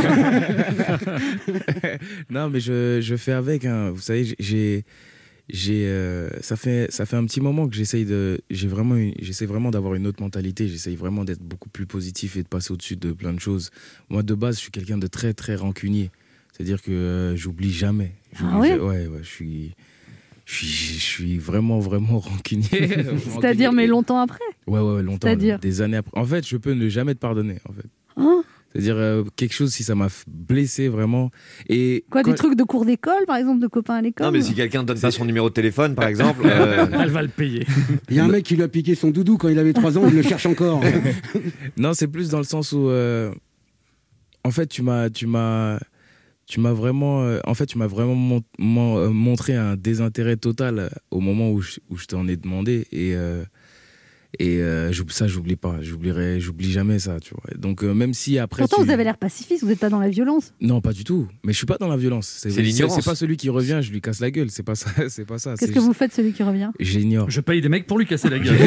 Non, mais je, je fais avec. Hein. Vous savez, j'ai... J'ai, euh, ça, fait, ça fait un petit moment que j'essaye de, j'ai vraiment une, j'essaie vraiment d'avoir une autre mentalité. J'essaye vraiment d'être beaucoup plus positif et de passer au-dessus de plein de choses. Moi, de base, je suis quelqu'un de très, très rancunier. C'est-à-dire que euh, j'oublie jamais. Ah oui? Ouais, ouais, je suis, je suis, je suis vraiment, vraiment rancunier. C'est-à-dire, mais longtemps après? Ouais, ouais, longtemps. C'est-à-dire? Des années après. En fait, je peux ne jamais te pardonner, en fait. Hein? C'est-à-dire euh, quelque chose si ça m'a blessé vraiment. Et quoi, quand... des trucs de cours d'école, par exemple, de copains à l'école? Non, mais si quelqu'un ne donne pas son numéro de téléphone, par exemple... euh... Elle va le payer. Il y a un mec qui lui a piqué son doudou quand il avait trois ans, il le cherche encore. Non, c'est plus dans le sens où... Euh... En fait, tu m'as... Tu m'as... Tu m'as vraiment, euh, en fait, tu m'as vraiment mon, mon, euh, montré un désintérêt total au moment où je, où je t'en ai demandé. Et... Euh... Et euh, ça, j'oublie pas. J'oublierai, j'oublie jamais ça, tu vois. Donc, euh, même si après. Pourtant, tu... vous avez l'air pacifiste, vous n'êtes pas dans la violence. Non, pas du tout. Mais je suis pas dans la violence. C'est, c'est l'ignorance. C'est pas celui qui revient, je lui casse la gueule. C'est pas ça. C'est pas ça. Qu'est-ce c'est que juste... vous faites, celui qui revient? J'ignore. Je paye des mecs pour lui casser la gueule.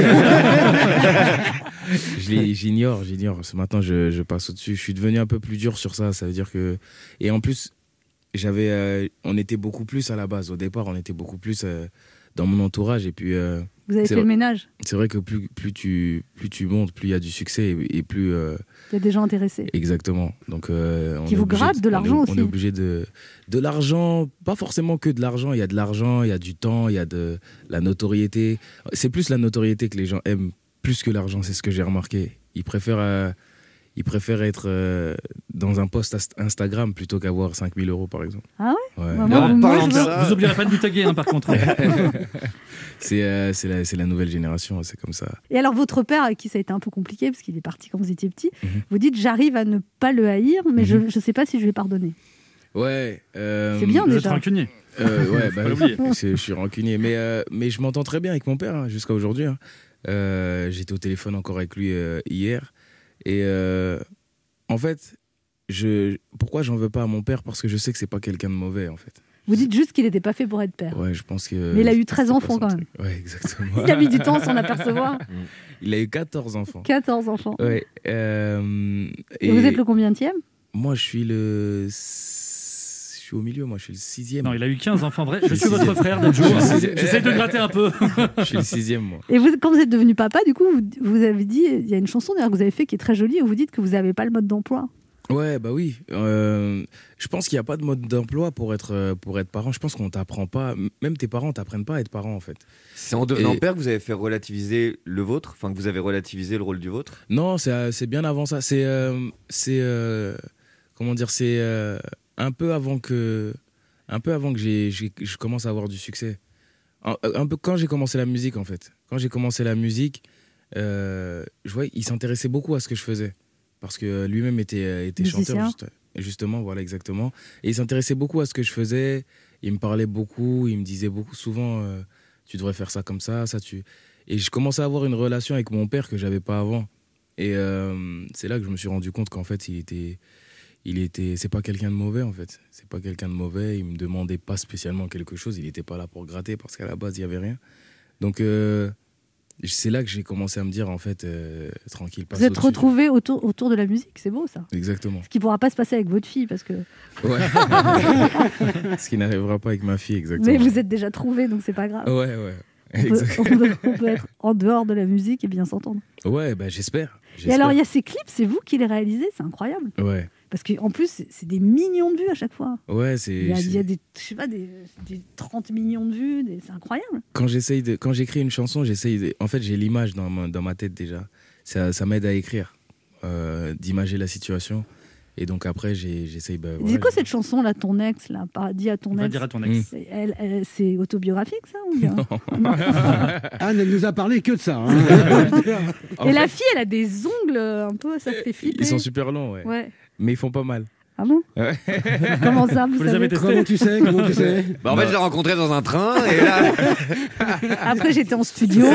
je j'ignore, j'ignore. Ce matin, je, je passe au-dessus. Je suis devenu un peu plus dur sur ça. Ça veut dire que. Et en plus, j'avais. Euh, on était beaucoup plus à la base. Au départ, on était beaucoup plus euh, dans mon entourage. Et puis. Euh, Vous avez fait vrai, le ménage. C'est vrai que plus, plus, tu, plus tu montes, plus il y a du succès et, et plus... Euh, il y a des gens intéressés. Exactement. Donc, euh, on qui vous grattent de, de l'argent on est, aussi. On est obligé de... De l'argent, pas forcément que de l'argent. Il y a de l'argent, il y a du temps, il y a de la notoriété. C'est plus la notoriété que les gens aiment, plus que l'argent, c'est ce que j'ai remarqué. Ils préfèrent... Euh, Ils préfèrent être euh, dans un post Instagram plutôt qu'avoir cinq mille euros, par exemple. Ah ouais, ouais. Bah moi, vous, moi, vous, vous oublierez pas de butaguer, hein, par contre. c'est, euh, c'est, la, c'est la nouvelle génération, c'est comme ça. Et alors, votre père, avec qui ça a été un peu compliqué, parce qu'il est parti quand vous étiez petit, mm-hmm. vous dites, j'arrive à ne pas le haïr, mais mm-hmm. je ne sais pas si je vais pardonner. Ouais. Euh, c'est bien, vous déjà. êtes rancunier. Euh, ouais, bah, je, je suis rancunier. Mais, euh, mais je m'entends très bien avec mon père, hein, jusqu'à aujourd'hui. Hein. Euh, j'étais au téléphone encore avec lui euh, hier. Et... Euh, En fait, je... pourquoi j'en veux pas à mon père? Parce que je sais que c'est pas quelqu'un de mauvais, en fait. Vous dites juste qu'il n'était pas fait pour être père. Ouais, je pense que... Mais il a eu treize enfants, quand même. Ouais, exactement. Il a mis du temps à s'en apercevoir. Il a eu quatorze enfants. quatorze enfants. Ouais. Euh... Et, Et vous êtes le combienième? Moi, je suis le... Je suis au milieu, moi, je suis le sixième. Non, il a eu quinze enfants, vrai. Je, je suis votre frère, Nadjo. J'essaie de gratter un peu. Je suis le sixième, moi. Et vous, quand vous êtes devenu papa, du coup, vous, vous avez dit, il y a une chanson d'ailleurs que vous avez fait qui est très jolie, où vous dites que vous n'avez pas le mode d'emploi. Ouais, bah oui. Euh, je pense qu'il n'y a pas de mode d'emploi pour être, pour être parent. Je pense qu'on t'apprend pas, même tes parents t'apprennent pas à être parent, en fait. C'est en devenant Et... père que vous avez fait relativiser le vôtre, enfin que vous avez relativisé le rôle du vôtre? Non, c'est, c'est bien avant ça. C'est, euh, c'est euh, comment dire, c'est euh, un peu avant que, un peu avant que j'ai, j'ai, je commence à avoir du succès. Un, un peu quand j'ai commencé la musique, en fait. Quand j'ai commencé la musique, euh, je voyais, il s'intéressait beaucoup à ce que je faisais. Parce que lui-même était, était chanteur, juste, justement, voilà, exactement. Et il s'intéressait beaucoup à ce que je faisais. Il me parlait beaucoup, il me disait beaucoup souvent euh, tu devrais faire ça comme ça, ça tu. Et je commençais à avoir une relation avec mon père que j'avais pas avant. Et euh, c'est là que je me suis rendu compte qu'en fait, il était, il était, c'est pas quelqu'un de mauvais en fait. C'est pas quelqu'un de mauvais. Il me demandait pas spécialement quelque chose. Il était pas là pour gratter parce qu'à la base, il y avait rien. Donc euh, c'est là que j'ai commencé à me dire, en fait, euh, tranquille. Vous êtes retrouvés autour, autour de la musique, c'est beau ça. Exactement. Ce qui ne pourra pas se passer avec votre fille, parce que... Ouais. Ce qui n'arrivera pas avec ma fille, exactement. Mais vous êtes déjà trouvés, donc c'est pas grave. Ouais, ouais. On peut, on, peut, on peut être en dehors de la musique et bien s'entendre. Ouais, bah, j'espère, j'espère. Et alors, il y a ces clips, c'est vous qui les réalisez, c'est incroyable. Ouais. Parce qu'en plus, c'est, c'est des millions de vues à chaque fois. Ouais, c'est... Il y a, c'est... il y a des, je sais pas, des, des trente millions de vues, des, c'est incroyable. Quand, j'essaye de, quand j'écris une chanson, j'essaye de, en fait, j'ai l'image dans ma, dans ma tête déjà. Ça, ça m'aide à écrire, euh, d'imager la situation. Et donc après, j'ai, j'essaye. Bah, Dis voilà, quoi cette chanson là, ton ex là, pas dit à ton On va ex. dire à ton ex. C'est, elle- elle- c'est autobiographique ça ou bien Anne, elle nous a parlé que de ça. hein. En Et la fait, fille, elle a des ongles un peu, ça fait flipper. Ils sont super longs, ouais. Ouais. Mais ils font pas mal. Ah bon Ouais. Comment ça, vous Vous les savez avez testés? Comment tu sais Comment tu sais Bah, en fait, je l'ai rencontré dans un train et là. Après, j'étais en studio.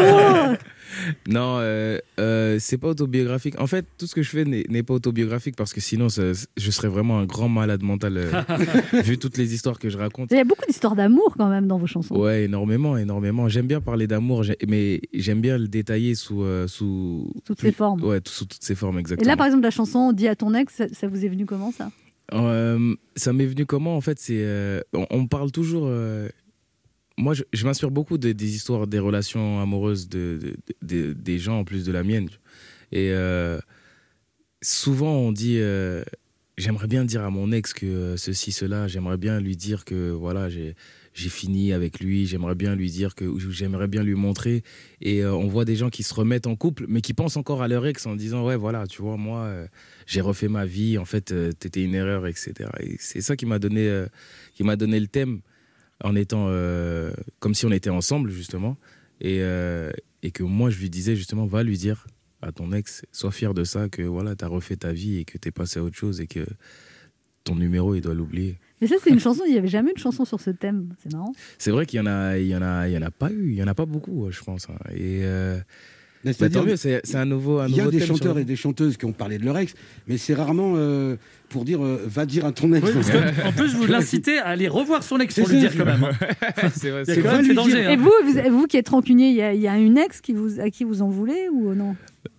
Non, euh, euh, c'est pas autobiographique. En fait, tout ce que je fais n'est, n'est pas autobiographique parce que sinon, ça- je serais vraiment un grand malade mental euh, vu toutes les histoires que je raconte. Il y a beaucoup d'histoires d'amour quand même dans vos chansons. Ouais, énormément, énormément. J'aime bien parler d'amour, j'ai- mais j'aime bien le détailler sous euh, sous Toutes ces formes. Ouais, tout- sous toutes ces formes Et exactement. là, par exemple, la chanson Dis à ton ex, ça, ça vous est venu comment ça? Euh, ça m'est venu comment en fait, c'est euh, on, on parle toujours. euh, moi, je, je m'inspire beaucoup de- des histoires, des relations amoureuses de, de- de- des gens en plus de la mienne. Et euh, souvent, on dit euh, j'aimerais bien dire à mon ex que euh, ceci, cela. J'aimerais bien lui dire que voilà, j'ai j'ai fini avec lui. J'aimerais bien lui dire que j'aimerais bien lui montrer. Et euh, on voit des gens qui se remettent en couple, mais qui pensent encore à leur ex en disant ouais, voilà, tu vois, moi, euh, j'ai refait ma vie. En fait, euh, t'étais une erreur, et cetera. Et c'est ça qui m'a donné, euh, qui m'a donné le thème, en étant euh, comme si on était ensemble justement, et euh, et que moi je lui disais justement, va lui dire à ton ex, sois fier de ça, que voilà, t'as refait ta vie et que t'es passé à autre chose et que ton numéro, il doit l'oublier. Mais ça, c'est une chanson, il n'y avait jamais eu de chanson sur ce thème. C'est marrant. C'est vrai qu'il y en a, il y en a, il y en a pas eu, il y en a pas beaucoup, je pense. hein. Et euh, Mais bah, c'est-à-dire, tant mieux, c'est, c'est un nouveau, un il y a nouveau des thème sur chanteurs le- et des chanteuses qui ont parlé de leur ex, mais c'est rarement euh, pour dire euh, va dire à ton ex. Oui, parce que, en plus, vous l'incitez à aller revoir son ex C'est pour lui ça. dire quand même. hein. C'est vrai, Il y a c'est quand vrai, même lui ce danger. dire. hein. Et vous, vous, vous qui êtes rancunier, il y, a- il y a une ex qui vous, à qui vous en voulez ou non?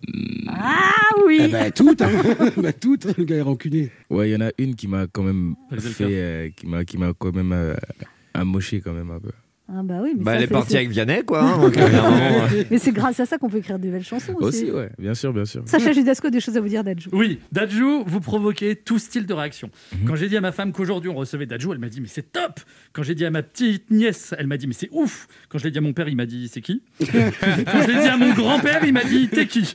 Ah oui. Eh ben, toutes, hein. Bah, toutes, hein, le gars est rancunier. Ouais, il y en a une qui m'a quand même Brisé le fait, euh, qui m'a, qui m'a quand même euh, amoché quand même un peu. Ah bah oui, mais Bah, ça, elle est c'est- partie c'est- avec Vianney, quoi. hein, donc, euh, il y a un moment, euh, Mais c'est grâce à ça qu'on peut écrire des belles chansons aussi. Aussi, ouais, bien sûr, bien sûr. Sacha Judasco, des choses à vous dire d'Adjou. Oui, Dadju, vous provoquez tout style de réaction. Quand j'ai dit à ma femme qu'aujourd'hui on recevait Dadju, elle m'a dit mais c'est top. Quand j'ai dit à ma petite nièce, elle m'a dit mais c'est ouf. Quand je l'ai dit à mon père, il m'a dit c'est qui. Quand je l'ai dit à mon grand-père, il m'a dit t'es qui.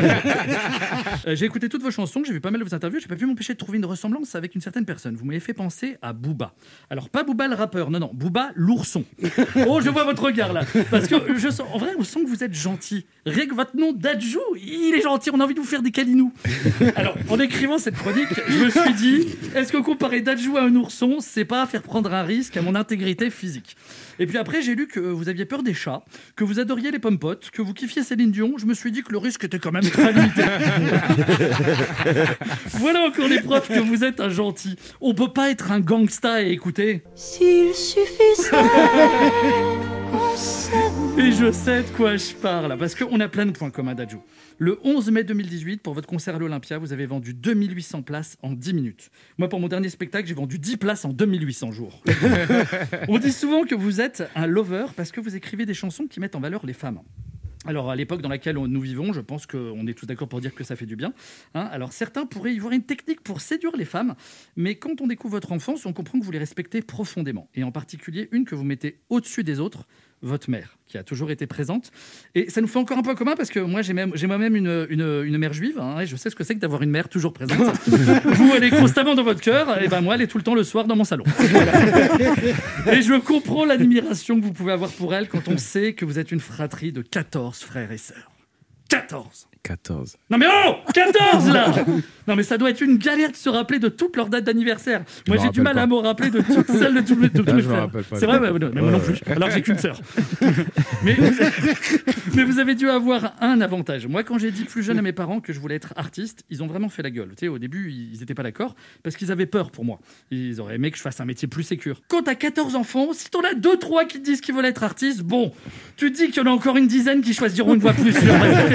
Euh, J'ai écouté toutes vos chansons, j'ai vu pas mal de vos interviews, j'ai pas pu m'empêcher de trouver une ressemblance avec une certaine personne. Vous m'avez fait penser à Booba. Alors pas Booba le rappeur, non non, Booba l'ourson. Oh, je vois votre regard là. Parce que je sens, en vrai, on sent que vous êtes gentil. Rien que votre nom Dadju, il est gentil, on a envie de vous faire des câlinous. Alors, en écrivant cette chronique, je me suis dit, est-ce que comparer Dadju à un ourson, c'est pas faire prendre un risque à mon intégrité physique? Et puis après, j'ai lu que vous aviez peur des chats, que vous adoriez les pommes-potes, que vous kiffiez Céline Dion. Je me suis dit que le risque était quand même très limité. Voilà encore les preuves que vous êtes un gentil. On peut pas être un gangsta et écouter. S'il suffisait qu'on s'aime. Et je sais de quoi je parle, parce qu'on a plein de points communs, Dadju. Le onze mai deux mille dix-huit, pour votre concert à l'Olympia, vous avez vendu deux mille huit cents places en dix minutes. Moi, pour mon dernier spectacle, j'ai vendu dix places en deux mille huit cents jours. On dit souvent que vous êtes un lover parce que vous écrivez des chansons qui mettent en valeur les femmes. Alors, à l'époque dans laquelle on- nous vivons, je pense qu'on est tous d'accord pour dire que ça fait du bien. hein. Alors, certains pourraient y voir une technique pour séduire les femmes, mais quand on découvre votre enfance, on comprend que vous les respectez profondément. Et en particulier, une que vous mettez au-dessus des autres, votre mère, qui a toujours été présente. Et ça nous fait encore un point commun parce que moi, j'ai, même, j'ai moi-même une, une, une mère juive, hein, et je sais ce que c'est que d'avoir une mère toujours présente. Vous, elle est constamment dans votre cœur, et ben moi, elle est tout le temps le soir dans mon salon. Voilà. Et je comprends l'admiration que vous pouvez avoir pour elle quand on sait que vous êtes une fratrie de quatorze frères et sœurs. quatorze quatorze. Non mais oh quatorze là. Non mais ça doit être une galère de se rappeler de toutes leurs dates d'anniversaire. Je Moi me j'ai du rappelle mal pas. à me rappeler de toutes celles de tous mes, de tous Ah, mes je me frères. rappelle pas. C'est vrai, mais, mais moi non Ouais, plus. ouais. Alors j'ai qu'une sœur. mais, vous avez, mais vous avez dû avoir un avantage. Moi quand j'ai dit plus jeune à mes parents que je voulais être artiste, ils ont vraiment fait la gueule. Tu sais, au début ils n'étaient pas d'accord parce qu'ils avaient peur pour moi. Ils auraient aimé que je fasse un métier plus sécure. Quand t'as quatorze enfants, si t'en as deux trois qui te disent qu'ils veulent être artistes, bon, tu te dis qu'il y en a encore une dizaine qui choisiront une voie plus sûre.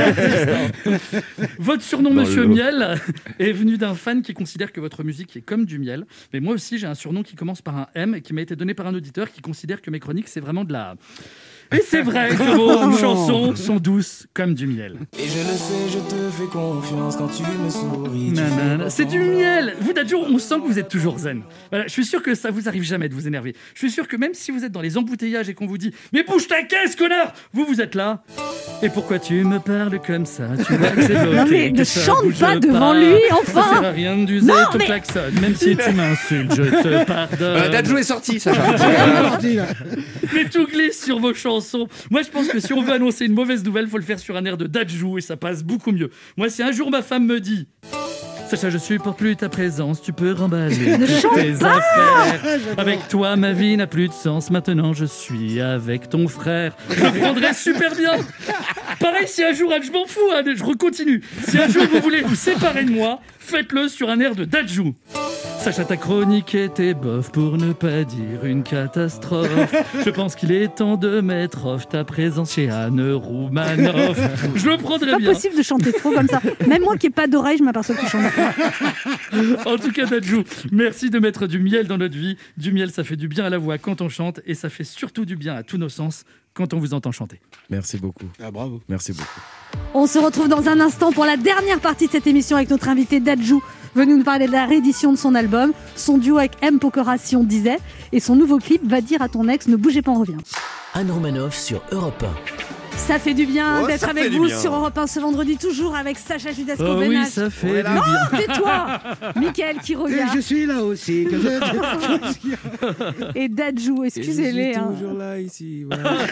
Votre surnom, Dans Monsieur le lot. Miel, est venu d'un fan qui considère que votre musique est comme du miel. Mais moi aussi, j'ai un surnom qui commence par un M et qui m'a été donné par un auditeur qui considère que mes chroniques, c'est vraiment de la... Et c'est vrai que vos chansons sont douces comme du miel. Et je le sais, je te fais confiance quand tu me souris. tu Nanana, fais c'est du miel. Vous, Dadju, on sent que vous êtes toujours zen. Voilà, je suis sûr que ça vous arrive jamais de vous énerver. Je suis sûr que même si vous êtes dans les embouteillages et qu'on vous dit « Mais bouge ta caisse, connard !» Vous, vous êtes là. Et pourquoi tu me parles comme ça? Tu vois que c'est bloqué, Non mais que ne ça chante bouge pas devant lui, enfin. Ça sert à rien d'user Non, ton mais- klaxon. Même si tu m'insultes, je te pardonne. Euh, Dadju est sorti, Sacha. Mais tout glisse sur vos chansons. Moi, je pense que si on veut annoncer une mauvaise nouvelle, faut le faire sur un air de Dadju et ça passe beaucoup mieux. Moi, si un jour ma femme me dit Sacha, je supporte plus ta présence, tu peux remballer Ne toutes chante tes pas. affaires. Avec toi, ma vie n'a plus de sens. Maintenant, je suis avec ton frère. Je le prendrai super bien. Pareil, si un jour, je m'en fous, hein, je recontinue. Si un jour vous voulez vous séparer de moi, faites-le sur un air de Dadju. Sacha, ta chronique était bof, pour ne pas dire une catastrophe. Je pense qu'il est temps de mettre off ta présence chez Anne Roumanoff. Je le prendrais Pas bien. possible de chanter trop comme ça. Même moi qui n'ai pas d'oreille, je m'aperçois que tu chantes trop. En tout cas, Dadju, merci de mettre du miel dans notre vie. Du miel, ça fait du bien à la voix quand on chante et ça fait surtout du bien à tous nos sens quand on vous entend chanter. Merci beaucoup. Ah, bravo. Merci beaucoup. On se retrouve dans un instant pour la dernière partie de cette émission avec notre invité Dadju, venu nous parler de la réédition de son album, son duo avec M. Pokora, si on disait, et son nouveau clip Va dire à ton ex, ne bougez pas, on revient. Anne Romanoff sur Europe un. Ça fait du bien Oh, d'être ça avec fait du vous bien. sur Europe un ce vendredi, toujours avec Sacha Judasco Oh oui, Benache. ça fait Ouais, du là. bien. Non, tais-toi Mickaël qui Et revient. je suis là aussi. que je- Et Dadju, excusez-les. hein. toujours là ici.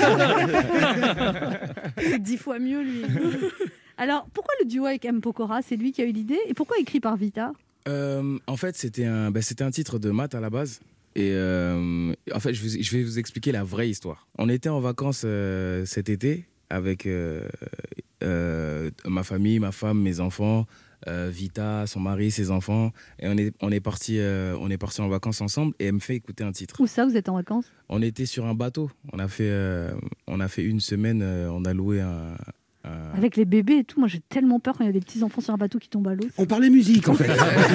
C'est dix fois mieux, lui. Alors, pourquoi le duo avec M. Pokora? C'est lui qui a eu l'idée. Et pourquoi écrit par Vita? Euh, en fait, c'était un, bah, c'était un titre de maths à la base. Et euh, en fait, je, vous- je vais vous expliquer la vraie histoire. On était en vacances euh, cet été avec euh, euh, ma famille, ma femme, mes enfants, euh, Vita, son mari, ses enfants. Et on est, on est parti, euh, on est parti en vacances ensemble. Et elle me fait écouter un titre. Où ça, vous êtes en vacances? On était sur un bateau. On a fait, euh, on a fait une semaine. euh, on a loué un. un- Avec les bébés et tout, moi j'ai tellement peur quand il y a des petits enfants sur un bateau qui tombent à l'eau. On parlait musique, en fait.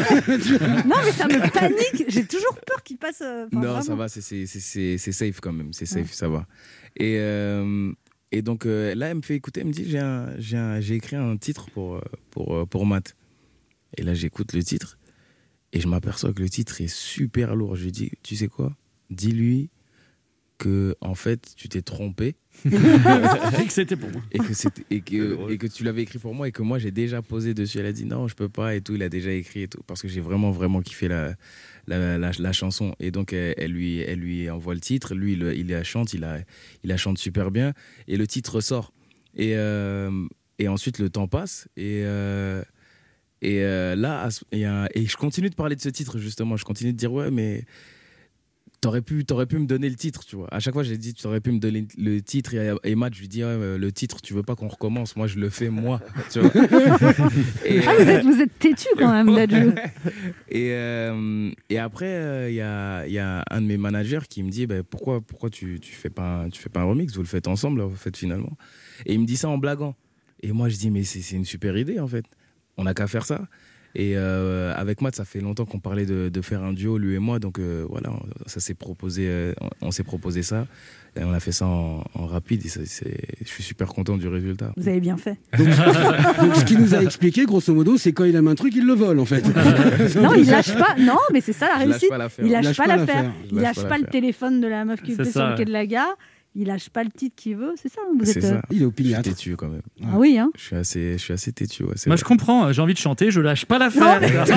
Non, mais ça me panique. J'ai toujours peur qu'ils passent. euh, enfin, Non, vraiment. ça va, c'est- c'est c'est- c'est- c'est safe quand même, c'est safe, ça va. Et, euh, et donc euh, là, elle me fait écouter, elle me dit, j'ai un- j'ai un- j'ai écrit un titre pour, euh, pour, euh, pour Matt. Et là, j'écoute le titre et je m'aperçois que le titre est super lourd. Je lui dis, tu sais quoi? Dis-lui que, en fait, tu t'es trompé. Et que c'était pour moi. Et que, c'était- et, que, et que tu l'avais écrit pour moi et que moi j'ai déjà posé dessus. Elle a dit non, je peux pas et tout. Il a déjà écrit et tout. Parce que j'ai vraiment, vraiment kiffé la, la, la, la chanson. Et donc elle, elle lui, elle lui envoie le titre. Lui, il, il la chante. Il la, il la chante super bien. Et le titre sort. Et, euh, et ensuite, le temps passe. Et. Euh, et euh, là, à ce- il y a un- et je continue de parler de ce titre justement. Je continue de dire ouais, mais t'aurais pu, t'aurais pu me donner le titre, tu vois. À chaque fois, j'ai dit tu aurais pu me donner le titre. Et, et Matt, je lui dis ouais, euh, le titre, tu veux pas qu'on recommence? Moi, je le fais moi, tu vois. Et, Ah, vous êtes, vous êtes têtu quand même, Dadju. et, euh, et après, il y, a, y a un de mes managers qui me dit bah, pourquoi, pourquoi tu, tu, fais pas, un- tu fais pas un remix? Vous le faites ensemble, en fait, finalement. Et il me dit ça en blaguant. Et moi, je dis mais c'est c'est une super idée, en fait. On n'a qu'à faire ça. Et euh, avec Matt, ça fait longtemps qu'on parlait de, de faire un duo, lui et moi. Donc euh, voilà, on- ça s'est proposé, euh, on, on s'est proposé ça. Et on a fait ça en, en rapide. Et ça, c'est- je suis super content du résultat. Vous avez bien fait. Donc, donc, ce qu'il nous a expliqué, grosso modo, c'est quand il aime un truc, il le vole, en fait. Non, il lâche pas. Non, mais c'est ça la Je lâche réussite. pas l'affaire. Il lâche, Il lâche pas pas l'affaire. l'affaire. Il lâche pas le téléphone de la meuf qui C'est était ça, sur le quai ouais. de la gare. Il lâche pas le titre qu'il veut. C'est ça. Vous C'est êtes. ça. euh, Il est Je suis opiniâtre. têtu quand même. Ah oui, hein. Je suis assez, je suis assez têtu. Ouais, c'est Moi, vrai. je comprends. J'ai envie de chanter, je lâche pas l'affaire.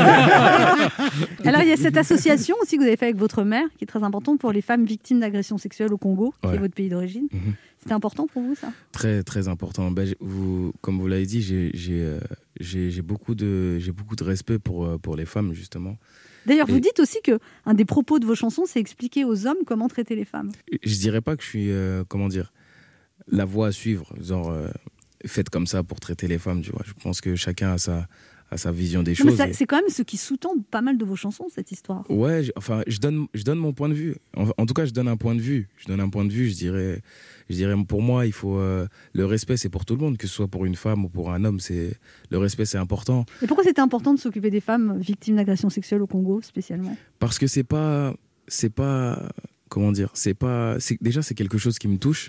Alors, il y a cette association aussi que vous avez fait avec votre mère, qui est très importante pour les femmes victimes d'agressions sexuelles au Congo, qui Ouais. est votre pays d'origine. Mhm. C'était important pour vous, ça? Très, très important. Ben, j'ai- vous, comme vous l'avez dit, j'ai, j'ai, euh, j'ai, j'ai beaucoup de, j'ai beaucoup de respect pour, euh, pour les femmes, justement. D'ailleurs, vous Et- dites aussi que un des propos de vos chansons, c'est expliquer aux hommes comment traiter les femmes. Je dirais pas que je suis, euh, comment dire, la voie à suivre, genre, euh, faites comme ça pour traiter les femmes, tu vois. Je pense que chacun a sa, a sa vision des Non, mais choses. ça- et- c'est quand même ce qui sous-tend pas mal de vos chansons, cette histoire. Ouais, je- enfin, je donne, je donne mon point de vue. En, en tout cas, je donne un point de vue. Je donne un point de vue, je dirais, je dirais pour moi, il faut, euh, le respect, c'est pour tout le monde, que ce soit pour une femme ou pour un homme, c'est, le respect, c'est important. Et pourquoi c'était important de s'occuper des femmes victimes d'agressions sexuelles au Congo, spécialement? Parce que c'est pas, c'est pas, comment dire, c'est pas, c'est, déjà c'est quelque chose qui me touche.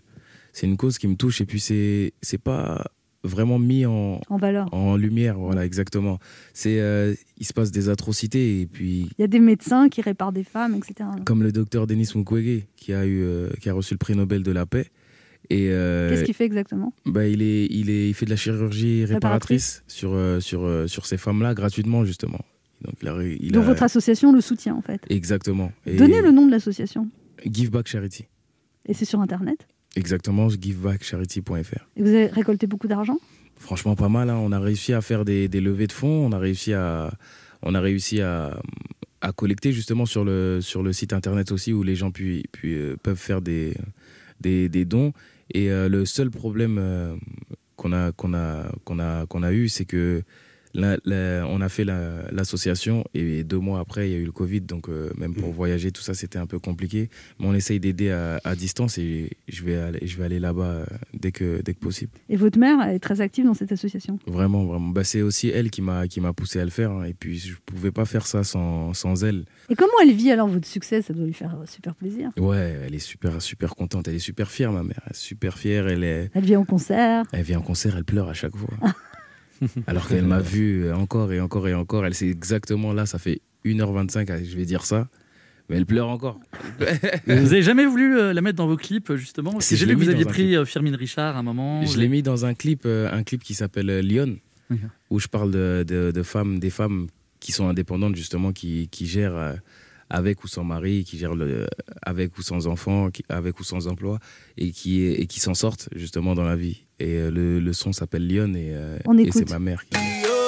c'est une cause qui me touche et puis c'est c'est pas vraiment mis en, En valeur. en lumière, voilà, exactement. C'est, euh, il se passe des atrocités et puis Il y a des médecins qui réparent des femmes, et cetera. comme le docteur Denis Mukwege qui a eu, euh, qui a reçu le prix Nobel de la paix. Et euh, Qu'est-ce qu'il fait exactement? bah, il est, il est, il fait de la chirurgie réparatrice, Réparatrice. sur, euh, sur, euh, sur ces femmes-là gratuitement justement. Donc, il a, il Donc a- votre association le soutient en fait. Exactement. Et Donnez le nom de l'association. Give Back Charity. Et c'est sur Internet. Exactement, give back charity point f r. Et vous avez récolté beaucoup d'argent? Franchement, pas mal. Hein. On a réussi à faire des, des levées de fonds. On a réussi à, on a réussi à, à collecter justement sur le, sur le site internet aussi où les gens puis, puis, euh, peuvent faire des, des, des dons. Et euh, le seul problème euh, qu'on a, qu'on a, qu'on a, qu'on a eu, c'est que la, la- on a fait la- l'association et deux mois après, il y a eu le Covid. Donc, euh, même pour voyager, tout ça, c'était un peu compliqué. Mais on essaye d'aider à, à distance et je vais aller, je vais aller là-bas euh, dès que, dès que possible. Et votre mère elle est très active dans cette association. Vraiment, vraiment. Bah, c'est aussi elle qui m'a, qui m'a poussé à le faire. Hein. Et puis, je ne pouvais pas faire ça sans, sans elle. Et comment elle vit alors votre succès? Ça doit lui faire euh, super plaisir. Ouais, elle est super, super contente. Elle est super fière, ma mère. Elle est super fière. Elle, est... Elle vient au concert. elle vient en concert, elle pleure à chaque fois. Alors qu'elle m'a vu encore et encore et encore. Elle sait exactement là, ça fait une heure vingt-cinq, je vais dire ça. Mais elle pleure encore. Vous avez jamais voulu euh, la mettre dans vos clips, justement? Parce que Si, j'ai je vu l'ai que vous mis aviez dans un pris clip. euh, Firmin Richard à un moment. Je Vous l'ai mis dans un clip, euh, un clip qui s'appelle euh, Lyon, Ok. où je parle de, de, de femmes, des femmes qui sont indépendantes justement, qui, qui gèrent euh, avec ou sans mari, qui gèrent le, avec ou sans enfant, qui, avec ou sans emploi, et qui, et qui s'en sortent justement dans la vie. Et euh, le, le son s'appelle Lyon et, euh, On et écoute. c'est ma mère. qui-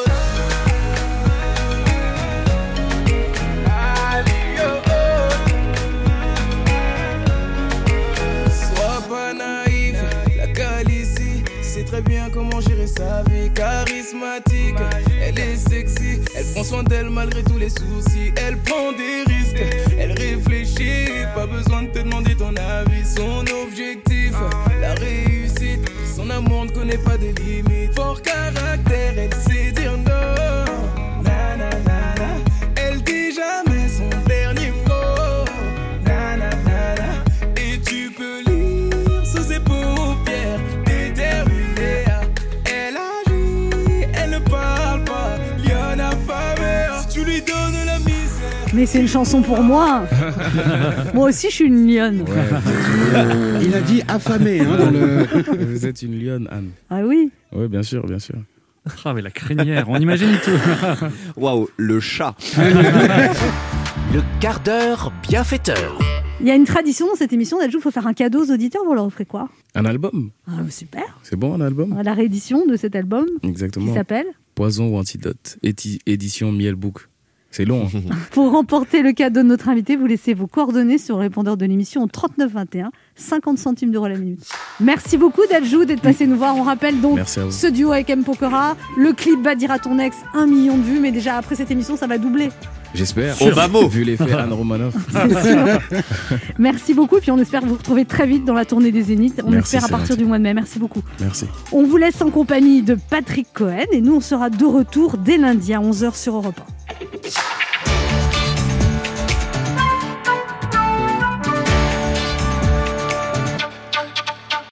Sois pas naïf, la Calicie sait très bien comment gérer sa vie. Charismatique, elle est sexy, elle prend soin d'elle malgré tous les soucis. Elle prend des risques, elle réfléchit, pas besoin de te demander ton avis. Son objectif, la réussite, son amour ne connaît pas de limites. Fort caractère, elle sait dire non. Na, na, na, na. Elle dit jamais son dernier mot. Na, na, na, na. Et tu peux lire sous ses paupières déterminée. Elle agit, elle ne parle pas. Lyon affamée, si tu lui donnes la misère. Mais c'est une chanson pour moi. Moi aussi je suis une lionne. Il a dit affamé hein, dans le. Vous êtes une lionne, Anne. Ah oui. Oui, bien sûr, bien sûr. Ah, mais la crinière, on imagine tout. Waouh, le chat. Le quart d'heure bienfaiteur. Il y a une tradition dans cette émission, Dadju, il faut faire un cadeau aux auditeurs. Vous leur offrez quoi? Un album. Ah, super. C'est bon, un album? La réédition de cet album Exactement. qui s'appelle Poison ou antidote. Éti- édition Miel Book. C'est long. hein. Pour remporter le cadeau de notre invité, vous laissez vos coordonnées sur le répondeur de l'émission au trente-neuf vingt et un, cinquante centimes d'euros la minute. Merci beaucoup Dadju d'être passé nous voir. On rappelle donc Merci à vous. ce duo avec M. Pokora. Le clip va dire à ton ex un million de vues, mais déjà après cette émission, ça va doubler. J'espère. Au bas mot. Vu l'effet Anne Romanoff. C'est sûr. Merci beaucoup, puis on espère vous retrouver très vite dans la tournée des Zéniths. On Merci, espère à c'est partir gentil. du mois de mai. Merci beaucoup. Merci. On vous laisse en compagnie de Patrick Cohen et nous on sera de retour dès lundi à onze heures sur Europe un.